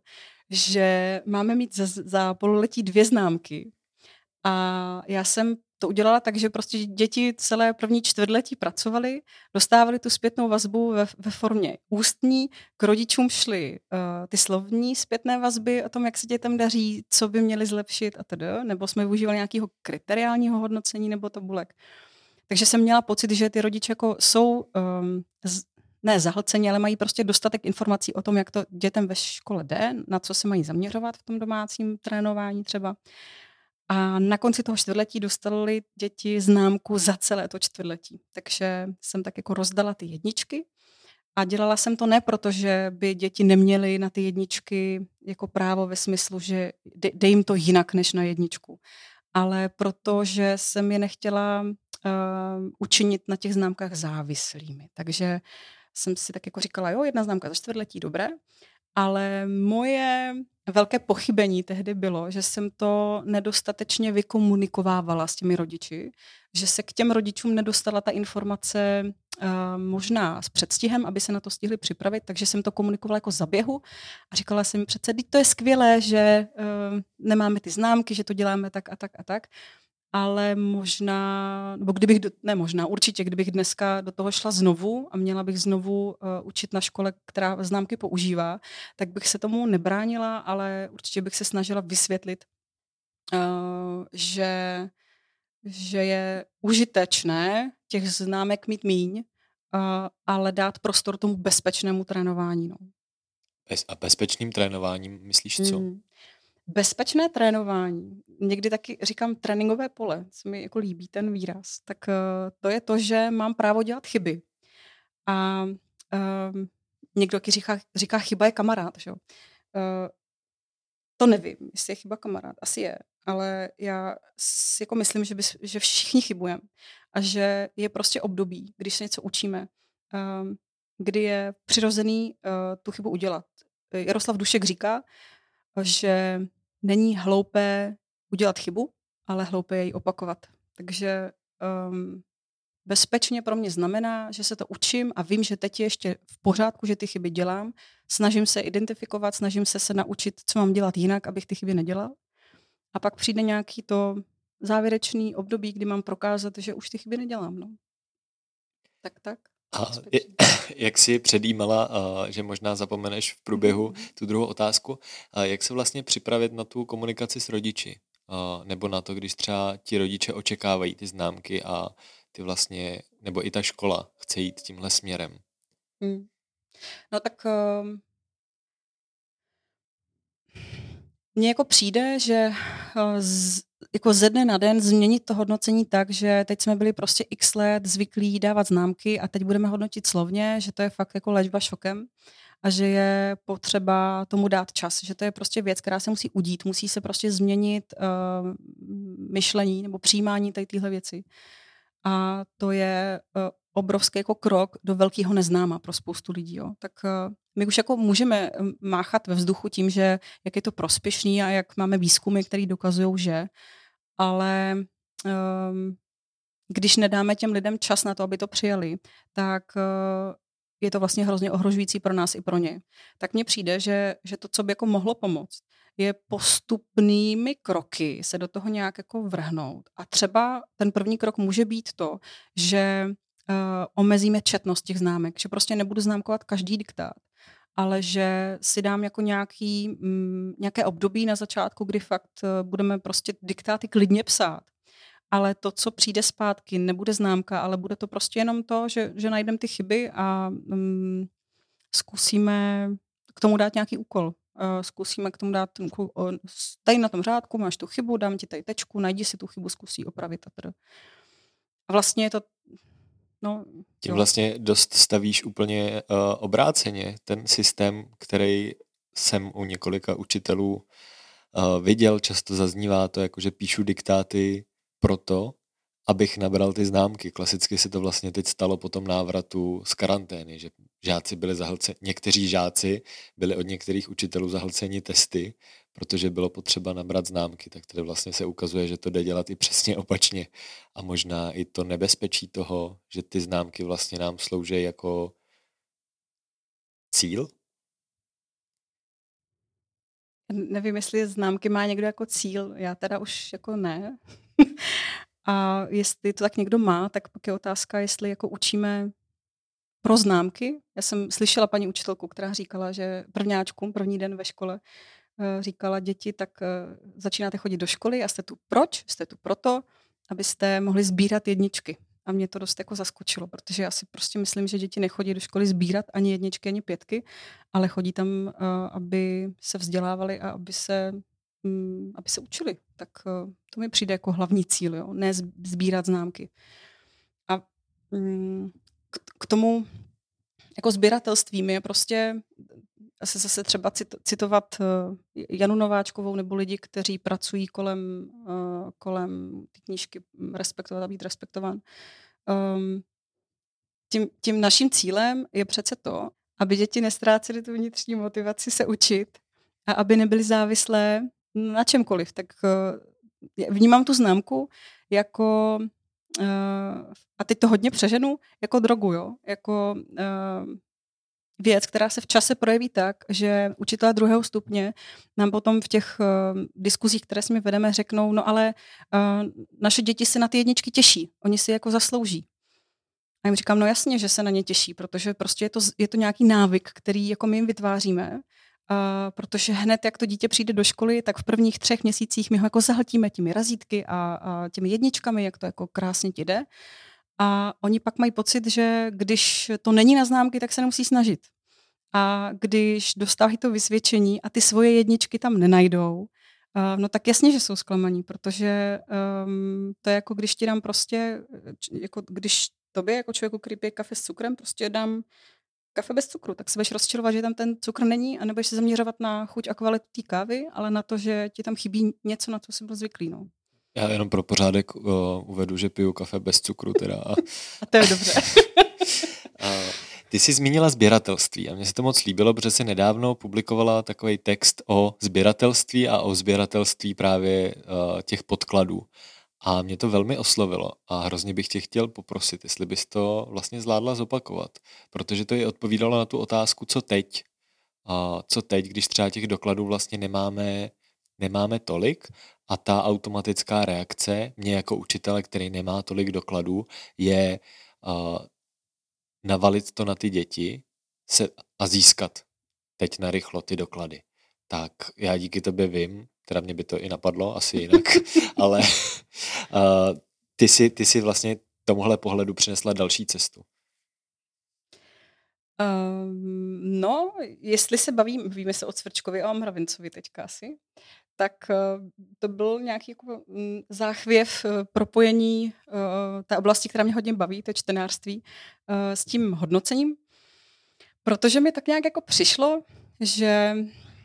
S3: že máme mít za, za pololetí dvě známky. A já jsem to udělala tak, že prostě děti celé první čtvrtletí pracovaly, dostávali tu zpětnou vazbu ve, ve formě ústní, k rodičům šly uh, ty slovní zpětné vazby o tom, jak se dětem daří, co by měli zlepšit a tedy, nebo jsme využívali nějakého kriteriálního hodnocení nebo tabulek. Takže jsem měla pocit, že ty rodiče jako jsou um, z, ne zahlceni, ale mají prostě dostatek informací o tom, jak to dětem ve škole jde, na co se mají zaměřovat v tom domácím trénování třeba. A na konci toho čtvrtletí dostali děti známku za celé to čtvrtletí. Takže jsem tak jako rozdala ty jedničky a dělala jsem to ne proto, že by děti neměly na ty jedničky jako právo ve smyslu, že dej jim to jinak než na jedničku, ale proto, že jsem je nechtěla uh, učinit na těch známkách závislými. Takže jsem si tak jako říkala, jo, jedna známka za čtvrtletí, dobré, ale moje velké pochybení tehdy bylo, že jsem to nedostatečně vykomunikovávala s těmi rodiči, že se k těm rodičům nedostala ta informace uh, možná s předstihem, aby se na to stihli připravit, takže jsem to komunikovala jako za běhu a říkala jsem přece, to je skvělé, že uh, nemáme ty známky, že to děláme tak a tak a tak, ale možná, nebo kdybych, do, ne možná, určitě, kdybych dneska do toho šla znovu a měla bych znovu uh, učit na škole, která známky používá, tak bych se tomu nebránila, ale určitě bych se snažila vysvětlit, uh, že, že je užitečné těch známek mít míň, uh, ale dát prostor tomu bezpečnému trénování. No.
S2: Bez, a bezpečným trénováním myslíš co? Hmm.
S3: Bezpečné trénování, někdy taky říkám tréninkové pole, co mi jako líbí ten výraz, tak uh, to je to, že mám právo dělat chyby. A uh, někdo taky říká, říká, chyba je kamarád. Že? Uh, to nevím, jestli je chyba kamarád, asi je, ale já si jako myslím, že, bys, že všichni chybujeme a že je prostě období, když se něco učíme, uh, kdy je přirozený uh, tu chybu udělat. Jaroslav Dušek říká, že není hloupé udělat chybu, ale hloupé ji opakovat. Takže um, bezpečně pro mě znamená, že se to učím a vím, že teď je ještě v pořádku, že ty chyby dělám. Snažím se identifikovat, snažím se se naučit, co mám dělat jinak, abych ty chyby nedělal. A pak přijde nějaký to závěrečný období, kdy mám prokázat, že už ty chyby nedělám. No. Tak, tak.
S2: A je, jak jsi předjímala, že možná zapomeneš v průběhu tu druhou otázku, jak se vlastně připravit na tu komunikaci s rodiči? Nebo na to, když třeba ti rodiče očekávají ty známky a ty vlastně, nebo i ta škola chce jít tímhle směrem?
S3: Hmm. No tak um, mně jako přijde, že uh, z, jako ze dne na den změnit to hodnocení tak, že teď jsme byli prostě x let zvyklí dávat známky a teď budeme hodnotit slovně, že to je fakt jako léčba šokem a že je potřeba tomu dát čas, že to je prostě věc, která se musí udít, musí se prostě změnit uh, myšlení nebo přijímání tady téhle věci. A to je uh, obrovský jako krok do velkého neznáma pro spoustu lidí. Jo. Tak uh, my už jako můžeme máchat ve vzduchu tím, že jak je to prospěšný a jak máme výzkumy, které dokazují, že, ale um, když nedáme těm lidem čas na to, aby to přijali, tak uh, je to vlastně hrozně ohrožující pro nás i pro ně. Tak mně přijde, že, že to, co by jako mohlo pomoct, je postupnými kroky se do toho nějak jako vrhnout. A třeba ten první krok může být to, že uh, omezíme četnost těch známek, že prostě nebudu známkovat každý diktát, ale že si dám jako nějaký, mm, nějaké období na začátku, kdy fakt uh, budeme prostě diktáty klidně psát. Ale to, co přijde zpátky, nebude známka, ale bude to prostě jenom to, že, že najdeme ty chyby a um, zkusíme k tomu dát nějaký úkol. Uh, zkusíme k tomu dát ten úkol, uh, tady na tom řádku máš tu chybu, dám ti tady tečku, najdi si tu chybu, zkusí opravit. A, teda. A vlastně je to... No,
S2: Tím jo. vlastně dost stavíš úplně uh, obráceně ten systém, který jsem u několika učitelů uh, viděl, často zaznívá to, jako že píšu diktáty proto, abych nabral ty známky. Klasicky se to vlastně teď stalo po tom návratu z karantény, že žáci byli zahlceni, někteří žáci byli od některých učitelů zahlceni testy, protože bylo potřeba nabrat známky, tak tady vlastně se ukazuje, že to jde dělat i přesně opačně a možná i to nebezpečí toho, že ty známky vlastně nám slouží jako cíl?
S3: Nevím, jestli známky má někdo jako cíl, já teda už jako ne. A jestli to tak někdo má, tak pak je otázka, jestli jako učíme pro známky. Já jsem slyšela paní učitelku, která říkala, že prvňáčkům, první den ve škole, říkala děti, tak začínáte chodit do školy a jste tu proč? Jste tu proto, abyste mohli sbírat jedničky. A mě to dost jako zaskočilo, protože já si prostě myslím, že děti nechodí do školy sbírat ani jedničky, ani pětky, ale chodí tam, aby se vzdělávali a aby se, aby se učili. Tak to mi přijde jako hlavní cíl, jo? Ne sbírat známky. A k tomu jako sběratelství mi je prostě asi zase třeba citovat Janu Nováčkovou nebo lidi, kteří pracují kolem, kolem ty knížky Respektovat a být respektován. Tím, tím naším cílem je přece to, aby děti nestrácely tu vnitřní motivaci se učit a aby nebyly závislé na čemkoliv. Tak vnímám tu známku jako, a teď to hodně přeženu, jako drogu, jo? Jako věc, která se v čase projeví tak, že učitelé druhého stupně nám potom v těch uh, diskuzích, které s nimi vedeme, řeknou, no ale uh, naše děti se na ty jedničky těší, oni si jako zaslouží. A jim říkám, no jasně, že se na ně těší, protože prostě je to, je to nějaký návyk, který jako my jim vytváříme, uh, protože hned, jak to dítě přijde do školy, tak v prvních třech měsících my ho jako zahltíme těmi razítky a, a těmi jedničkami, jak to jako krásně ti jde. A oni pak mají pocit, že když to není na známky, tak se nemusí snažit. A když dostávají to vysvědčení a ty svoje jedničky tam nenajdou, uh, no tak jasně, že jsou zklamaní, protože um, to je jako když ti dám prostě, jako když tobě jako člověku, který pije kafe s cukrem, prostě dám kafe bez cukru, tak se budeš rozčilovat, že tam ten cukr není a nebudeš se zaměřovat na chuť a kvalitu té kávy, ale na to, že ti tam chybí něco, na co jsi byl zvyklý. No.
S2: Já jenom pro pořádek uh, uvedu, že piju kafe bez cukru teda. A,
S3: a to je dobře.
S2: a, ty jsi zmínila sběratelství a mně se to moc líbilo, protože jsi nedávno publikovala takový text o sběratelství a o sběratelství právě uh, těch podkladů. A mě to velmi oslovilo a hrozně bych tě chtěl poprosit, jestli bys to vlastně zvládla zopakovat, protože to je odpovídalo na tu otázku, co teď. Uh, co teď, když třeba těch dokladů vlastně nemáme, nemáme tolik a ta automatická reakce mě jako učitele, který nemá tolik dokladů, je uh, navalit to na ty děti se, a získat teď narychlo ty doklady. Tak já díky tobě vím, teda mě by to i napadlo, asi jinak, ale uh, ty, si, ty si vlastně tomuhle pohledu přinesla další cestu.
S3: Um, no, jestli se bavím, víme se o Cvrčkovi a o Mravencovi teďka asi, tak uh, to byl nějaký jako, um, záchvěv uh, propojení uh, té oblasti, která mě hodně baví, to je čtenářství, uh, s tím hodnocením, protože mi tak nějak jako přišlo, že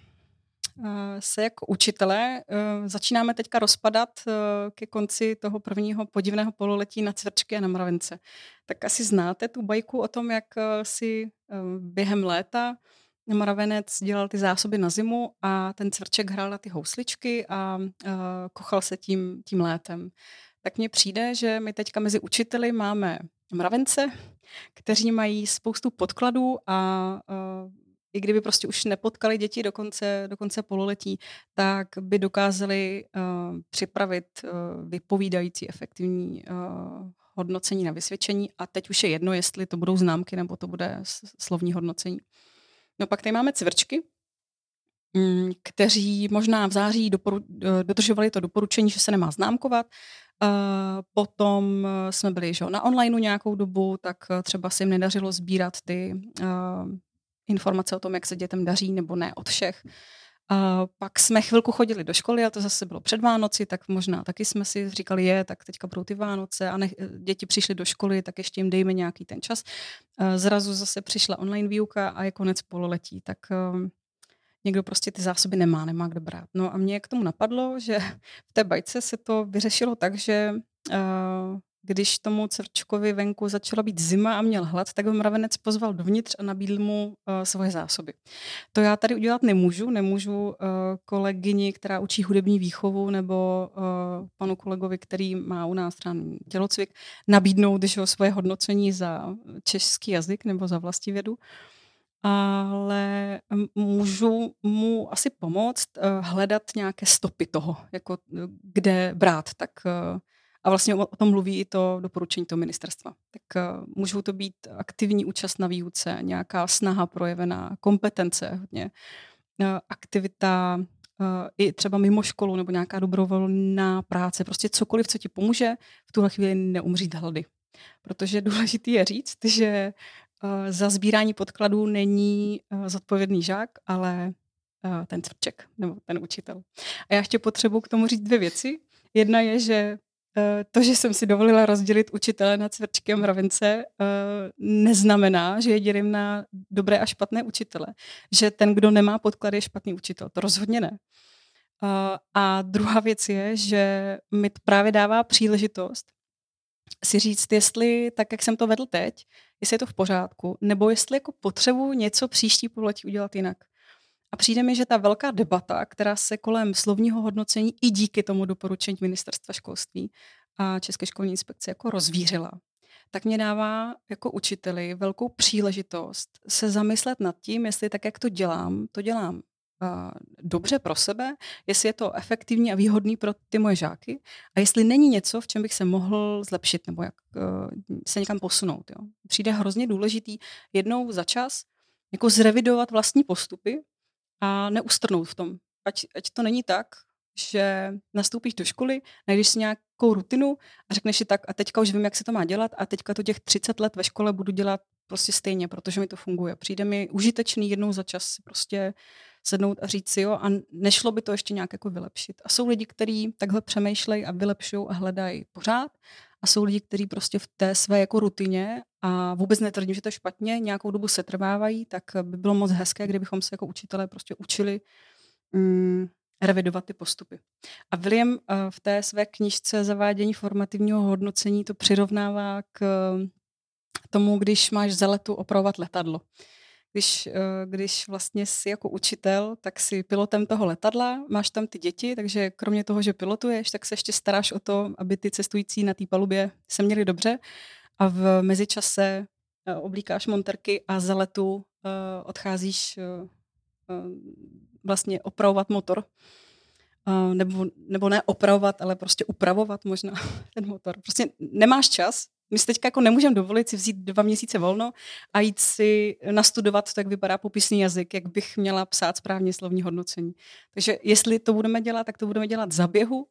S3: se jako učitelé začínáme teďka rozpadat ke konci toho prvního podivného pololetí na Cvrčky a na Mravence. Tak asi znáte tu bajku o tom, jak si během léta Mravenec dělal ty zásoby na zimu a ten Cvrček hrál na ty housličky a kochal se tím, tím létem. Tak mně přijde, že my teďka mezi učiteli máme Mravence, kteří mají spoustu podkladů a i kdyby prostě už nepotkali děti do konce, do konce pololetí, tak by dokázali uh, připravit uh, vypovídající efektivní uh, hodnocení na vysvědčení a teď už je jedno, jestli to budou známky nebo to bude slovní hodnocení. No pak tady máme Cvrčky, mm, kteří možná v září doporu, dodržovali to doporučení, že se nemá známkovat. Uh, potom jsme byli že, na onlineu nějakou dobu, tak třeba se jim nedařilo sbírat ty uh, informace o tom, jak se dětem daří, nebo ne od všech. A pak jsme chvilku chodili do školy, a to zase bylo před Vánoci, tak možná taky jsme si říkali, je, tak teďka budou ty Vánoce a ne, děti přišly do školy, tak ještě jim dejme nějaký ten čas. Zrazu zase přišla online výuka a je konec pololetí, tak um, někdo prostě ty zásoby nemá, nemá kde brát. No a mě k tomu napadlo, že v té bajce se to vyřešilo tak, že uh, když tomu Cvrčkovi venku začala být zima a měl hlad, tak ho Mravenec pozval dovnitř a nabídl mu uh, svoje zásoby. To já tady udělat nemůžu. Nemůžu uh, kolegyni, která učí hudební výchovu, nebo uh, panu kolegovi, který má u nás tělocvik, nabídnout že, svoje hodnocení za český jazyk nebo za vlastivědu. ale můžu mu asi pomoct hledat nějaké stopy toho, jako kde brát. Tak, a vlastně o tom mluví i to doporučení toho ministerstva. Tak můžou to být aktivní účast na výuce, nějaká snaha projevená, kompetence hodně, aktivita i třeba mimo školu nebo nějaká dobrovolná práce, prostě cokoliv, co ti pomůže v tuhle chvíli neumřít hlady. Protože důležité je říct, že za sbírání podkladů není zodpovědný žák, ale ten cvrček nebo ten učitel. A já ještě potřebuji k tomu říct dvě věci. Jedna je, že to, že jsem si dovolila rozdělit učitele na cvrčky a mravence, neznamená, že je dělím na dobré a špatné učitele. Že ten, kdo nemá podklady, je špatný učitel. To rozhodně ne. A druhá věc je, že mi právě dává příležitost si říct, jestli tak, jak jsem to vedl teď, jestli je to v pořádku, nebo jestli jako potřebuji něco příští pololetí udělat jinak. A přijde mi, že ta velká debata, která se kolem slovního hodnocení i díky tomu doporučení Ministerstva školství a České školní inspekce jako rozvířila, tak mě dává jako učiteli velkou příležitost se zamyslet nad tím, jestli tak, jak to dělám, to dělám dobře pro sebe, jestli je to efektivní a výhodný pro ty moje žáky a jestli není něco, v čem bych se mohl zlepšit nebo jak se někam posunout. Jo. Přijde hrozně důležitý jednou za čas jako zrevidovat vlastní postupy a neustrnout v tom. Ať, ať to není tak, že nastoupíš do školy, najdeš si nějakou rutinu a řekneš si tak a teďka už vím, jak se to má dělat a teďka to těch třicet let ve škole budu dělat prostě stejně, protože mi to funguje. Přijde mi užitečný jednou za čas prostě sednout a říct si jo a nešlo by to ještě nějak jako vylepšit. A jsou lidi, kteří takhle přemýšlejí a vylepšují a hledají pořád a jsou lidi, kteří prostě v té své jako rutině a vůbec netvrdím, že to je špatně, nějakou dobu se trvávají, tak by bylo moc hezké, kdybychom se jako učitelé prostě učili mm, revidovat ty postupy. A William uh, v té své knížce Zavádění formativního hodnocení to přirovnává k uh, tomu, když máš za letu opravovat letadlo. Když, když vlastně jsi jako učitel, tak jsi pilotem toho letadla, máš tam ty děti, takže kromě toho, že pilotuješ, tak se ještě staráš o to, aby ty cestující na té palubě se měli dobře a v mezičase oblíkáš monterky a za letu odcházíš vlastně opravovat motor. Nebo, nebo ne opravovat, ale prostě upravovat možná ten motor. Prostě nemáš čas. My si teďka jako nemůžeme dovolit si vzít dva měsíce volno a jít si nastudovat to, jak vypadá popisný jazyk, jak bych měla psát správně slovní hodnocení. Takže jestli to budeme dělat, tak to budeme dělat za běhu.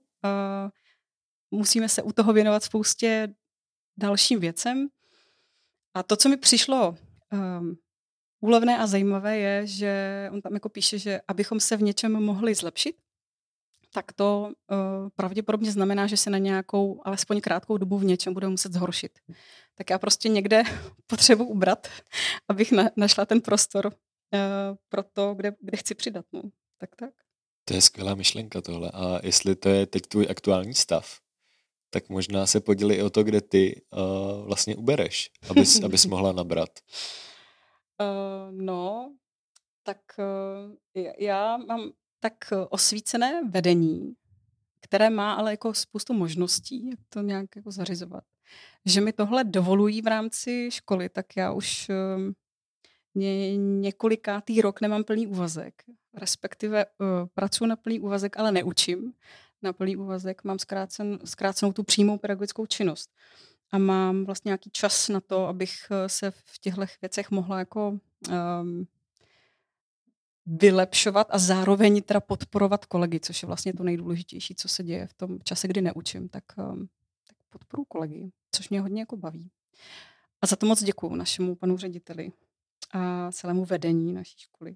S3: Musíme se u toho věnovat spoustě dalším věcem. A to, co mi přišlo um, úlevné a zajímavé, je, že on tam jako píše, že abychom se v něčem mohli zlepšit, tak to uh, pravděpodobně znamená, že se na nějakou, alespoň krátkou dobu v něčem budeme muset zhoršit. Tak já prostě někde potřebuji ubrat, abych na, našla ten prostor uh, pro to, kde, kde chci přidat. No. Tak, tak.
S2: To je skvělá myšlenka tohle. A jestli to je teď tvůj aktuální stav, tak možná se podělí i o to, kde ty uh, vlastně ubereš, abys, abys mohla nabrat.
S3: Uh, no, tak uh, já mám tak osvícené vedení, které má ale jako spoustu možností, jak to nějak jako zařizovat. Že mi tohle dovolují v rámci školy, tak já už um, ně, několikátý rok nemám plný úvazek. Respektive uh, pracuji na plný úvazek, ale neučím na plný úvazek. Mám zkrácen, zkrácenou tu přímou pedagogickou činnost. A mám vlastně nějaký čas na to, abych se v těchto věcech mohla jako um, vylepšovat a zároveň teda podporovat kolegy, což je vlastně to nejdůležitější, co se děje v tom čase, kdy neučím, tak, tak podporuji kolegy, což mě hodně jako baví. A za to moc děkuju našemu panu řediteli a celému vedení naší školy.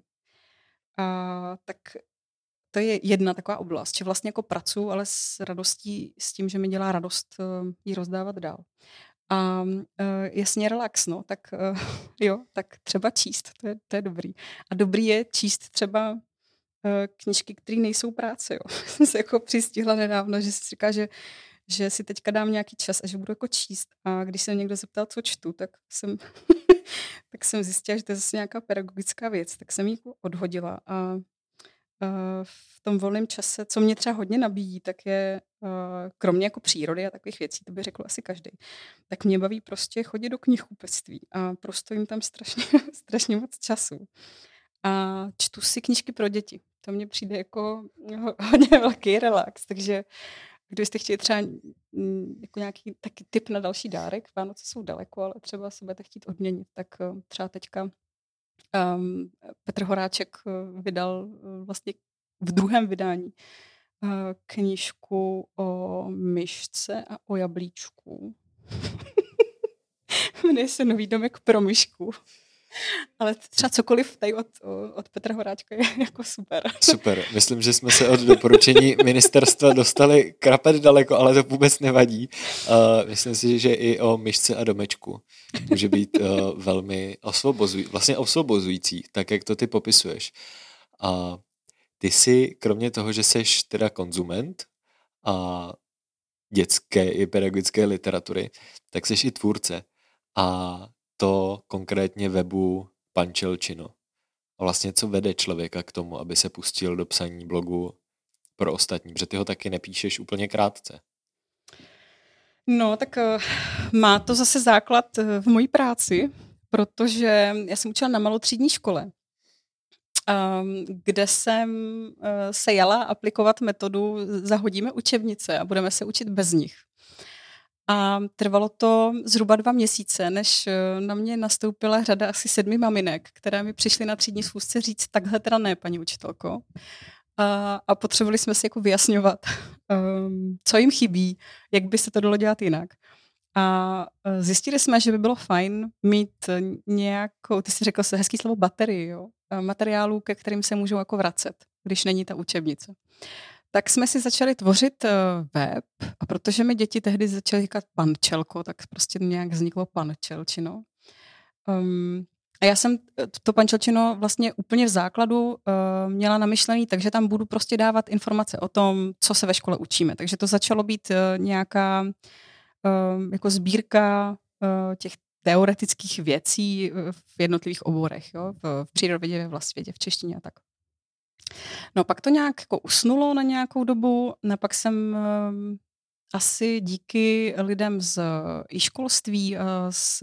S3: A tak to je jedna taková oblast, že vlastně jako pracuji, ale s radostí, s tím, že mi dělá radost ji rozdávat dál. A uh, jasně relax, no, tak uh, jo, tak třeba číst, to je, to je dobrý. A dobrý je číst třeba uh, knížky, které nejsou práce, jo. Jsem se jako přistihla nedávno, že si říká, že, že si teďka dám nějaký čas a že budu jako číst. A když se někdo zeptal, co čtu, tak jsem, tak jsem zjistila, že to je zase nějaká pedagogická věc, tak jsem ji jako odhodila a v tom volném čase, co mě třeba hodně nabíjí, tak je kromě jako přírody a takových věcí, to by řekl asi každý, tak mě baví prostě chodit do knihkupectví a prostě jim tam strašně, strašně moc času. A čtu si knížky pro děti. To mně přijde jako hodně velký relax, takže kdybyste chtěli třeba jako nějaký taky tip na další dárek, Vánoce jsou daleko, ale třeba se budete chtít odměnit, tak třeba teďka um, Petr Horáček vydal vlastně v druhém vydání uh, knížku o myšce a o jablíčku. Jmenuje se Nový domek pro myšku. Ale třeba cokoliv tady od, od Petra Horáčka je jako super.
S2: Super. Myslím, že jsme se od doporučení ministerstva dostali krapet daleko, ale to vůbec nevadí. Uh, myslím si, že i o myšce a domečku může být uh, velmi osvobozující, vlastně osvobozující, tak jak to ty popisuješ. A uh, ty jsi, kromě toho, že seš teda konzument a dětské i pedagogické literatury, tak seš i tvůrce. A to konkrétně webu Panchelčino. A vlastně co vede člověka k tomu, aby se pustil do psaní blogu pro ostatní, protože ty ho taky nepíšeš úplně krátce.
S3: No, tak uh, má to zase základ v mojí práci, protože já jsem učila na malotřídní škole, um, kde jsem uh, se jala aplikovat metodu zahodíme učebnice a budeme se učit bez nich. A trvalo to zhruba dva měsíce, než na mě nastoupila řada asi sedmi maminek, které mi přišly na třídní schůzce říct, takhle teda ne, paní učitelko. A, a potřebovali jsme si jako vyjasňovat, um, co jim chybí, jak by se to dalo dělat jinak. A zjistili jsme, že by bylo fajn mít nějakou, ty jsi řekl se hezký slovo baterii, jo? Materiálů, ke kterým se můžou jako vracet, když není ta učebnice. Tak jsme si začali tvořit web a protože mi děti tehdy začaly říkat Panchelko, tak prostě nějak vzniklo Panchelčino. Um, a já jsem to Panchelčino vlastně úplně v základu uh, měla namyšlený, takže tam budu prostě dávat informace o tom, co se ve škole učíme. Takže to začalo být uh, nějaká uh, jako sbírka uh, těch teoretických věcí v jednotlivých oborech, jo? V, v přírodovědě, ve vlastvědě, v češtině a tak. No pak to nějak jako usnulo na nějakou dobu, no pak jsem um, asi díky lidem z e-školství, uh, s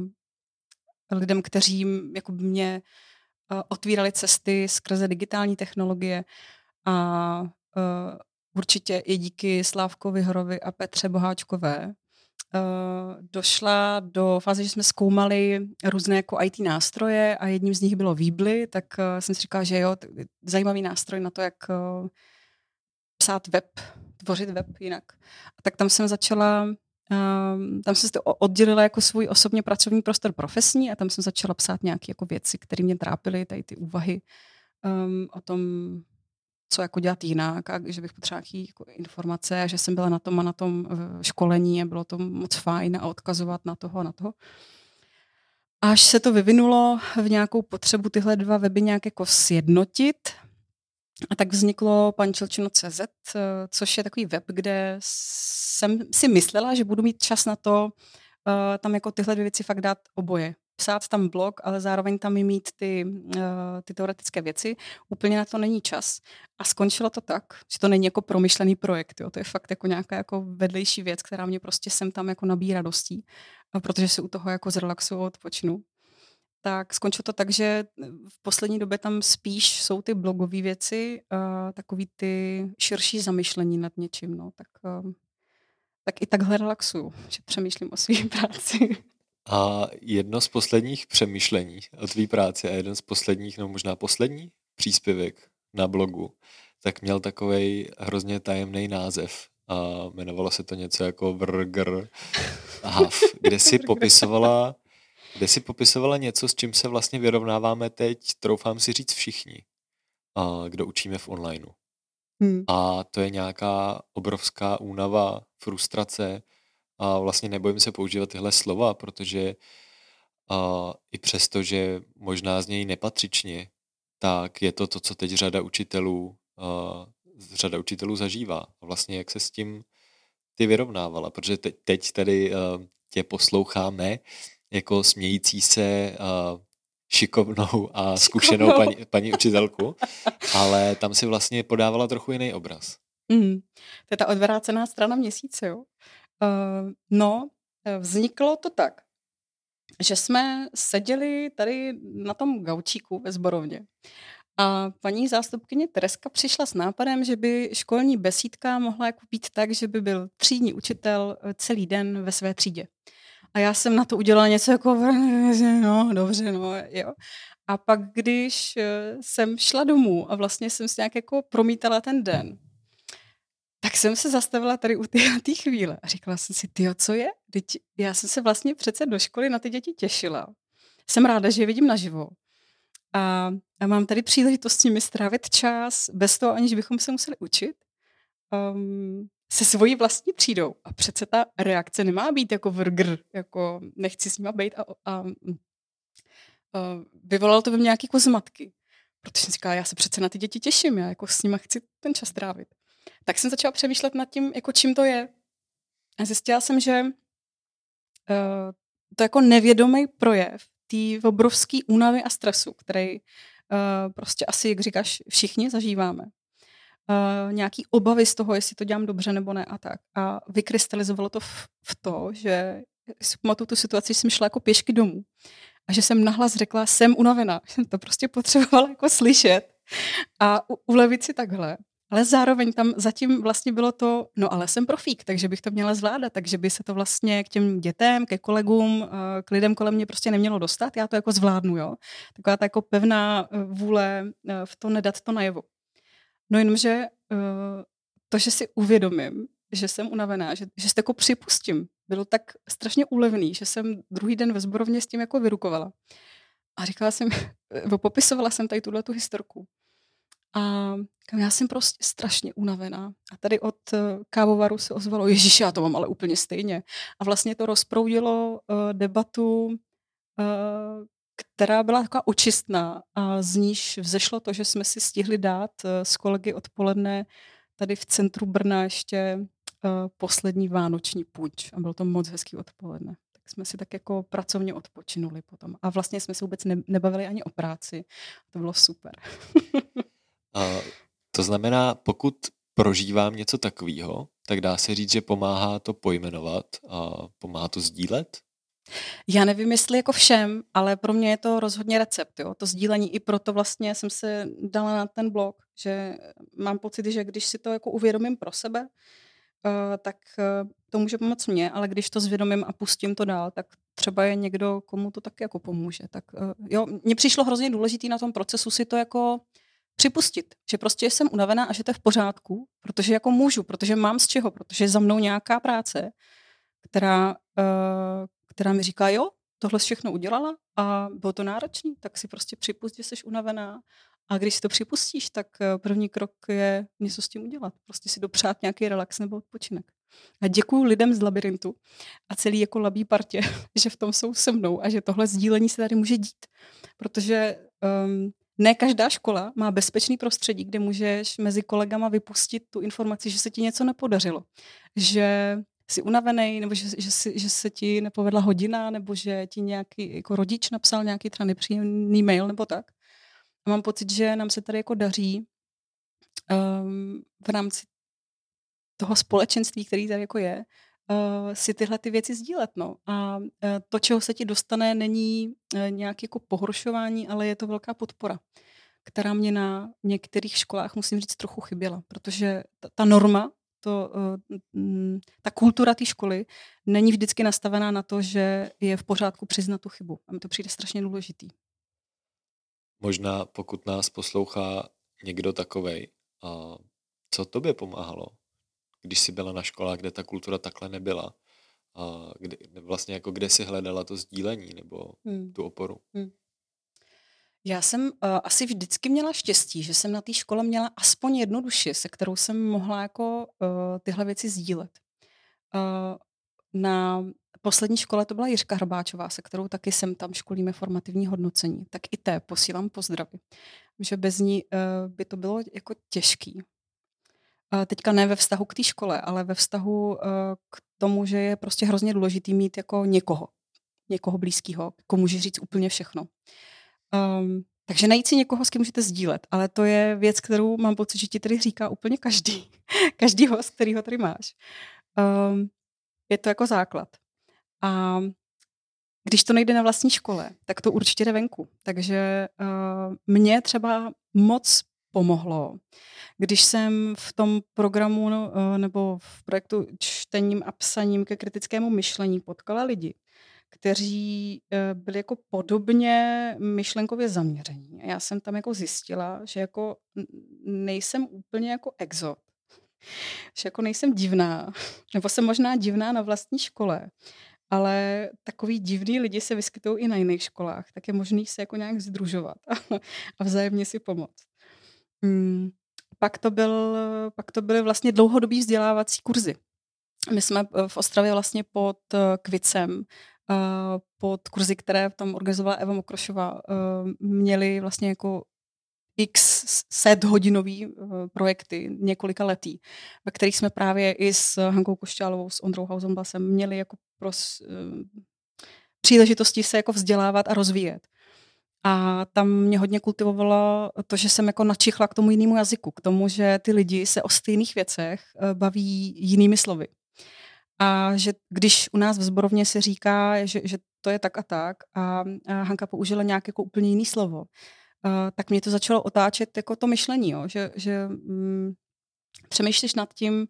S3: uh, lidem, kteří jako mě uh, otvírali cesty skrze digitální technologie a uh, určitě i díky Slávkovi Horovi a Petře Boháčkové Uh, došla do fáze, že jsme zkoumali různé jako í té nástroje a jedním z nich bylo Weebly, tak uh, jsem si říkala, že jo, t- zajímavý nástroj na to, jak uh, psát web, tvořit web jinak. A tak tam jsem začala, um, tam jsem si to oddělila jako svůj osobně pracovní prostor profesní a tam jsem začala psát nějaké jako věci, které mě trápily, tady ty úvahy um, o tom, co jako dělat jinak a že bych potřebovala nějaké jako informace a že jsem byla na tom a na tom školení a bylo to moc fajn a odkazovat na toho a na toho. Až se to vyvinulo v nějakou potřebu tyhle dva weby nějak jako sjednotit a tak vzniklo panchelčino tečka cé zet, což je takový web, kde jsem si myslela, že budu mít čas na to tam jako tyhle dvě věci fakt dát oboje. Psát tam blog, ale zároveň tam i mít ty, uh, ty teoretické věci. Úplně na to není čas. A skončilo to tak, že to není jako promyšlený projekt. Jo. To je fakt jako nějaká jako vedlejší věc, která mě prostě sem tam jako nabíjí radostí, protože si u toho jako zrelaxuju a odpočnu. Tak skončilo to tak, že v poslední době tam spíš jsou ty blogové věci, uh, takový ty širší zamyšlení nad něčím. No. Tak, uh, tak i takhle relaxuju, že přemýšlím o své práci.
S2: A jedno z posledních přemýšlení o tvý práci a jeden z posledních, no možná poslední příspěvek na blogu, tak měl takovej hrozně tajemný název a jmenovalo se to něco jako Vrgr Hav, kde si popisovala, kde si popisovala něco, s čím se vlastně vyrovnáváme teď, troufám si říct všichni, a kdo učíme v onlineu. Hmm. A to je nějaká obrovská únava, frustrace, a vlastně nebojím se používat tyhle slova, protože uh, i přesto, že možná z něj nepatřičně, tak je to to, co teď řada učitelů, uh, řada učitelů zažívá. A vlastně jak se s tím ty vyrovnávala, protože te- teď tady uh, tě posloucháme jako smějící se uh, šikovnou a zkušenou paní, paní učitelku, ale tam si vlastně podávala trochu jiný obraz.
S3: Mm, to je ta odvrácená strana měsíce, jo. Uh, no, vzniklo to tak, že jsme seděli tady na tom gaučíku ve sborovně a paní zástupkyně Tereska přišla s nápadem, že by školní besídka mohla jako být tak, že by byl třídní učitel celý den ve své třídě. A já jsem na to udělala něco jako, no dobře, no jo. A pak, když jsem šla domů a vlastně jsem si nějak jako promítala ten den, tak jsem se zastavila tady u té chvíle a říkala jsem si, tyjo, co je? Teď já jsem se vlastně přece do školy na ty děti těšila. Jsem ráda, že je vidím naživo. A, a mám tady příležitost s nimi strávit čas, bez toho, aniž bychom se museli učit, um, se svojí vlastní třídou. A přece ta reakce nemá být jako vrgr, jako nechci s nima být a, a, a vyvolalo to ve mně nějaký jako zmatky. Protože jsem říkala, já se přece na ty děti těším, já jako s nima chci ten čas trávit. Tak jsem začala přemýšlet nad tím, jako čím to je. A zjistila jsem, že uh, to je jako nevědomý projev té obrovské únavy a stresu, který uh, prostě asi, jak říkáš, všichni zažíváme. Uh, nějaký obavy z toho, jestli to dělám dobře nebo ne a tak. A vykrystalizovalo to v, v to, že si pamatuju tu situaci, že jsem šla jako pěšky domů a že jsem nahlas řekla, jsem unavená. Jsem to prostě potřebovala jako slyšet a u, ulevit si takhle. Ale zároveň tam zatím vlastně bylo to, no ale jsem profík, takže bych to měla zvládat, takže by se to vlastně k těm dětem, ke kolegům, k lidem kolem mě prostě nemělo dostat, já to jako zvládnu, jo. Taková ta jako pevná vůle v to nedat to najevo. No jenomže to, že si uvědomím, že jsem unavená, že, že si to jako připustím, bylo tak strašně úlevný, že jsem druhý den ve sborovně s tím jako vyrukovala. A říkala jsem, popisovala jsem tady tuhletu historku. A já jsem prostě strašně unavená. A tady od kávovaru se ozvalo, ježiš, já to mám ale úplně stejně. A vlastně to rozproudilo uh, debatu, uh, která byla taková očistná. A z níž vzešlo to, že jsme si stihli dát uh, s kolegy odpoledne tady v centru Brna ještě uh, poslední vánoční půjč. A bylo to moc hezký odpoledne. Tak jsme si tak jako pracovně odpočinuli potom. A vlastně jsme se vůbec ne- nebavili ani o práci. To bylo super.
S2: Uh, to znamená, pokud prožívám něco takového, tak dá se říct, že pomáhá to pojmenovat a pomáhá to sdílet?
S3: Já nevím, jestli jako všem, ale pro mě je to rozhodně recept. Jo? To sdílení, i proto vlastně jsem se dala na ten blog, že mám pocit, že když si to jako uvědomím pro sebe, uh, tak uh, to může pomoct mně, ale když to zvědomím a pustím to dál, tak třeba je někdo, komu to taky jako pomůže. Tak uh, jo, mně přišlo hrozně důležitý na tom procesu si to jako připustit, že prostě jsem unavená a že to je v pořádku, protože jako můžu, protože mám z čeho, protože je za mnou nějaká práce, která, uh, která mi říká, jo, tohle všechno udělala a bylo to náročný, tak si prostě připust, že jsi unavená. A když si to připustíš, tak první krok je něco s tím udělat. Prostě si dopřát nějaký relax nebo odpočinek. A děkuju lidem z Labirintu a celý jako labí partě, že v tom jsou se mnou a že tohle sdílení se tady může dít. Protože um, ne každá škola má bezpečný prostředí, kde můžeš mezi kolegama vypustit tu informaci, že se ti něco nepodařilo. Že jsi unavený, nebo že, že, si, že se ti nepovedla hodina, nebo že ti nějaký jako rodič napsal nějaký třeba nepříjemný mail, nebo tak. A mám pocit, že nám se tady jako daří um, v rámci toho společenství, který tady jako je, uh, si tyhle ty věci sdílet. No. A uh, to, čeho se ti dostane, není uh, nějaké jako pohoršování, ale je to velká podpora, která mě na některých školách, musím říct, trochu chyběla. Protože ta, ta norma, to, uh, ta kultura té školy není vždycky nastavená na to, že je v pořádku přiznat tu chybu. A mi to přijde strašně důležitý.
S2: Možná pokud nás poslouchá někdo takovej, a co tobě pomáhalo, když jsi byla na školách, kde ta kultura takhle nebyla? A kde, vlastně jako kde jsi hledala to sdílení nebo hmm. tu oporu? Hmm.
S3: Já jsem uh, asi vždycky měla štěstí, že jsem na té škole měla aspoň jednu duši, se kterou jsem mohla jako uh, tyhle věci sdílet. Uh, na poslední škole to byla Jiřka Hrbáčová, se kterou taky jsem tam školíme formativní hodnocení. Tak i té posílám pozdravy. Že bez ní uh, by to bylo jako těžký. Uh, teďka ne ve vztahu k té škole, ale ve vztahu uh, k tomu, že je prostě hrozně důležitý mít jako někoho. Někoho blízkého, komu může říct úplně všechno. Um, takže najít si někoho, s kým můžete sdílet, ale to je věc, kterou mám pocit, že ti tady říká úplně každý. Každý host, který ho tady máš. Um, je to jako základ. A když to nejde na vlastní škole, tak to určitě jde venku. Takže uh, mě třeba moc pomohlo, když jsem v tom programu no, uh, nebo v projektu čtením a psaním ke kritickému myšlení potkala lidi, kteří uh, byli jako podobně myšlenkově zaměření. A já jsem tam jako zjistila, že jako nejsem úplně jako exot. Že jako nejsem divná, nebo jsem možná divná na vlastní škole, ale takový divný lidi se vyskytují i na jiných školách, tak je možný se jako nějak sdružovat a vzájemně si pomoct. Hmm. Pak to, byl, pak to byly vlastně dlouhodobý vzdělávací kurzy. My jsme v Ostravě vlastně pod Kvicem, pod kurzy, které tam organizovala Eva Mokrošová, měli vlastně jako x set hodinový projekty, několika letý, ve kterých jsme právě i s Hankou Košťálovou, s Ondrou Hausenblasem měli jako pros, příležitosti se jako vzdělávat a rozvíjet. A tam mě hodně kultivovalo to, že jsem jako načichla k tomu jinému jazyku, k tomu, že ty lidi se o stejných věcech baví jinými slovy. A že když u nás v sborovně se říká, že, že to je tak a tak a, a Hanka použila nějaké jako úplně jiné slovo, Uh, tak mě to začalo otáčet jako to myšlení, jo? že, že mm, přemýšlíš nad tím,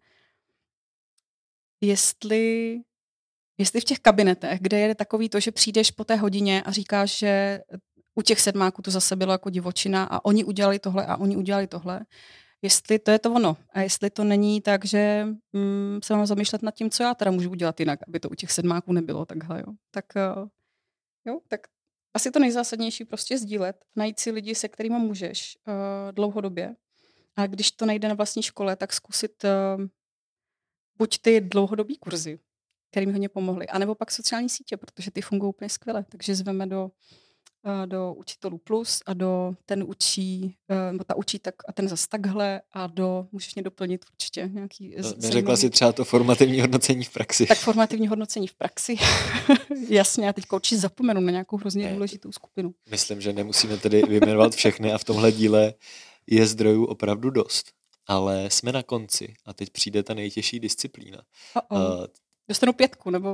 S3: jestli, jestli v těch kabinetech, kde je takový to, že přijdeš po té hodině a říkáš, že u těch sedmáků to zase bylo jako divočina a oni udělali tohle a oni udělali tohle, jestli to je to ono a jestli to není tak, že mm, se mám zamýšlet nad tím, co já teda můžu udělat jinak, aby to u těch sedmáků nebylo takhle. Jo? Tak uh, jo, tak asi to nejzásadnější prostě sdílet, najít si lidi, se kterými můžeš uh, dlouhodobě. A když to nejde na vlastní škole, tak zkusit uh, buď ty dlouhodobý kurzy, které mi hodně pomohly, anebo pak sociální sítě, protože ty fungují úplně skvěle. Takže zveme do, uh, do Učitelů plus a do ten učí, uh, nebo ta učí tak a ten zas takhle a do, můžeš mě doplnit určitě nějaký...
S2: No, neřekla si třeba to formativní hodnocení v praxi.
S3: Tak formativní hodnocení v praxi. Jasně, já teď určitě zapomenu na nějakou hrozně ne, důležitou skupinu.
S2: Myslím, že nemusíme tedy vyjmenovat všechny a v tomhle díle je zdrojů opravdu dost. Ale jsme na konci a teď přijde ta nejtěžší disciplína.
S3: Uh, Dostanu pětku, nebo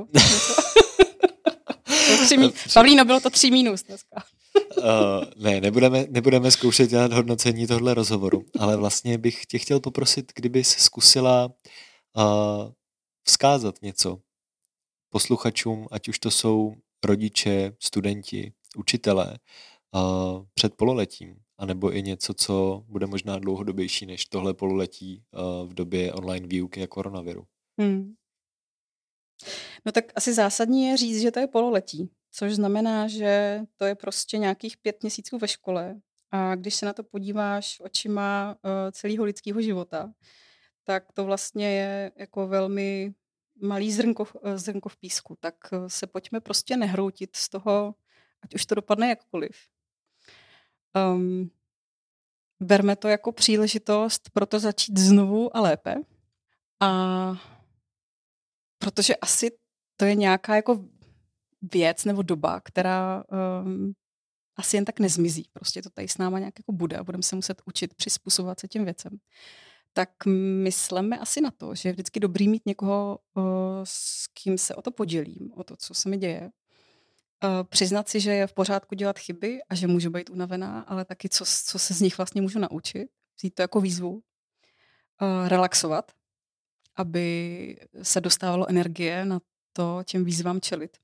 S3: mí... Pavlíno, bylo to tři mínus dneska.
S2: uh, ne, nebudeme, nebudeme zkoušet dělat hodnocení tohle rozhovoru, ale vlastně bych tě chtěl poprosit, kdybys zkusila uh, vzkázat něco posluchačům, ať už to jsou rodiče, studenti, učitelé uh, před pololetím, anebo i něco, co bude možná dlouhodobější než tohle pololetí uh, v době online výuky a koronaviru.
S3: Hmm. No tak asi zásadní je říct, že to je pololetí, což znamená, že to je prostě nějakých pět měsíců ve škole a když se na to podíváš očima uh, celého lidského života, tak to vlastně je jako velmi malý zrnko, zrnko v písku, tak se pojďme prostě nehroutit z toho, ať už to dopadne jakkoliv. Um, berme to jako příležitost pro to začít znovu a lépe. A protože asi to je nějaká jako věc nebo doba, která um, asi jen tak nezmizí. Prostě to tady s náma nějak jako bude a budeme se muset učit přizpůsobovat se těm věcem. Tak myslíme asi na to, že je vždycky dobrý mít někoho, s kým se o to podělím, o to, co se mi děje. Přiznat si, že je v pořádku dělat chyby a že můžu být unavená, ale taky, co, co se z nich vlastně můžu naučit. Vzít to jako výzvu. Relaxovat, aby se dostávalo energie na to těm výzvám čelit.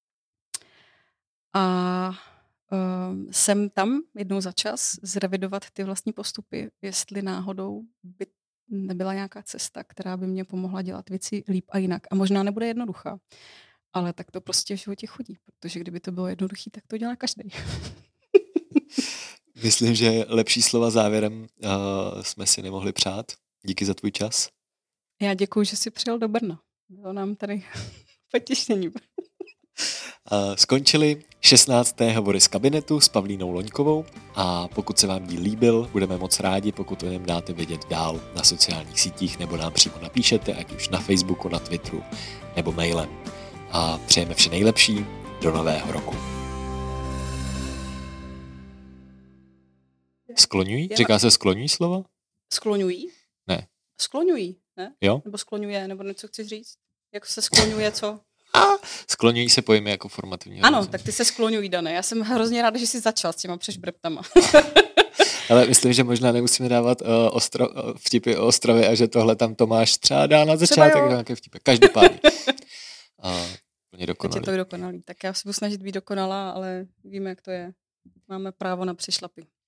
S3: A jsem tam jednou za čas zrevidovat ty vlastní postupy, jestli náhodou by nebyla nějaká cesta, která by mě pomohla dělat věci líp a jinak. A možná nebude jednoduchá, ale tak to prostě v životě chodí, protože kdyby to bylo jednoduchý, tak to dělá každý.
S2: Myslím, že lepší slova závěrem uh, jsme si nemohli přát. Díky za tvůj čas.
S3: Já děkuji, že jsi přijel do Brna. Bylo nám tady potěšení.
S2: Skončili šestnácté hovory z kabinetu s Pavlínou Loňkovou a pokud se vám díl líbil, budeme moc rádi, pokud o něm dáte vědět dál na sociálních sítích nebo nám přímo napíšete, ať už na Facebooku, na Twitteru nebo mailem. A přejeme vše nejlepší do nového roku. Skloňují?
S3: Je-
S2: Říká se skloňují slova?
S3: Skloňují?
S2: Ne.
S3: Skloňují, ne?
S2: Jo?
S3: Nebo skloňuje, nebo něco chci říct? Jak se skloňuje, co?
S2: A skloňují se pojmy jako formativní
S3: Ano,
S2: hodnocení.
S3: tak ty se skloňují, Dane. Já jsem hrozně ráda, že jsi začal s těma přešbreptama.
S2: Ale myslím, že možná nemusíme dávat uh, ostro, uh, vtipy o Ostrově a že tohle tam Tomáš třeba dá na začátek nějaké vtipy. Každopádně. Uh,
S3: Teď
S2: plně
S3: je
S2: dokonalý.
S3: to dokonalý. Tak já se budu snažit být dokonalá, ale víme, jak to je. Máme právo na přešlapy.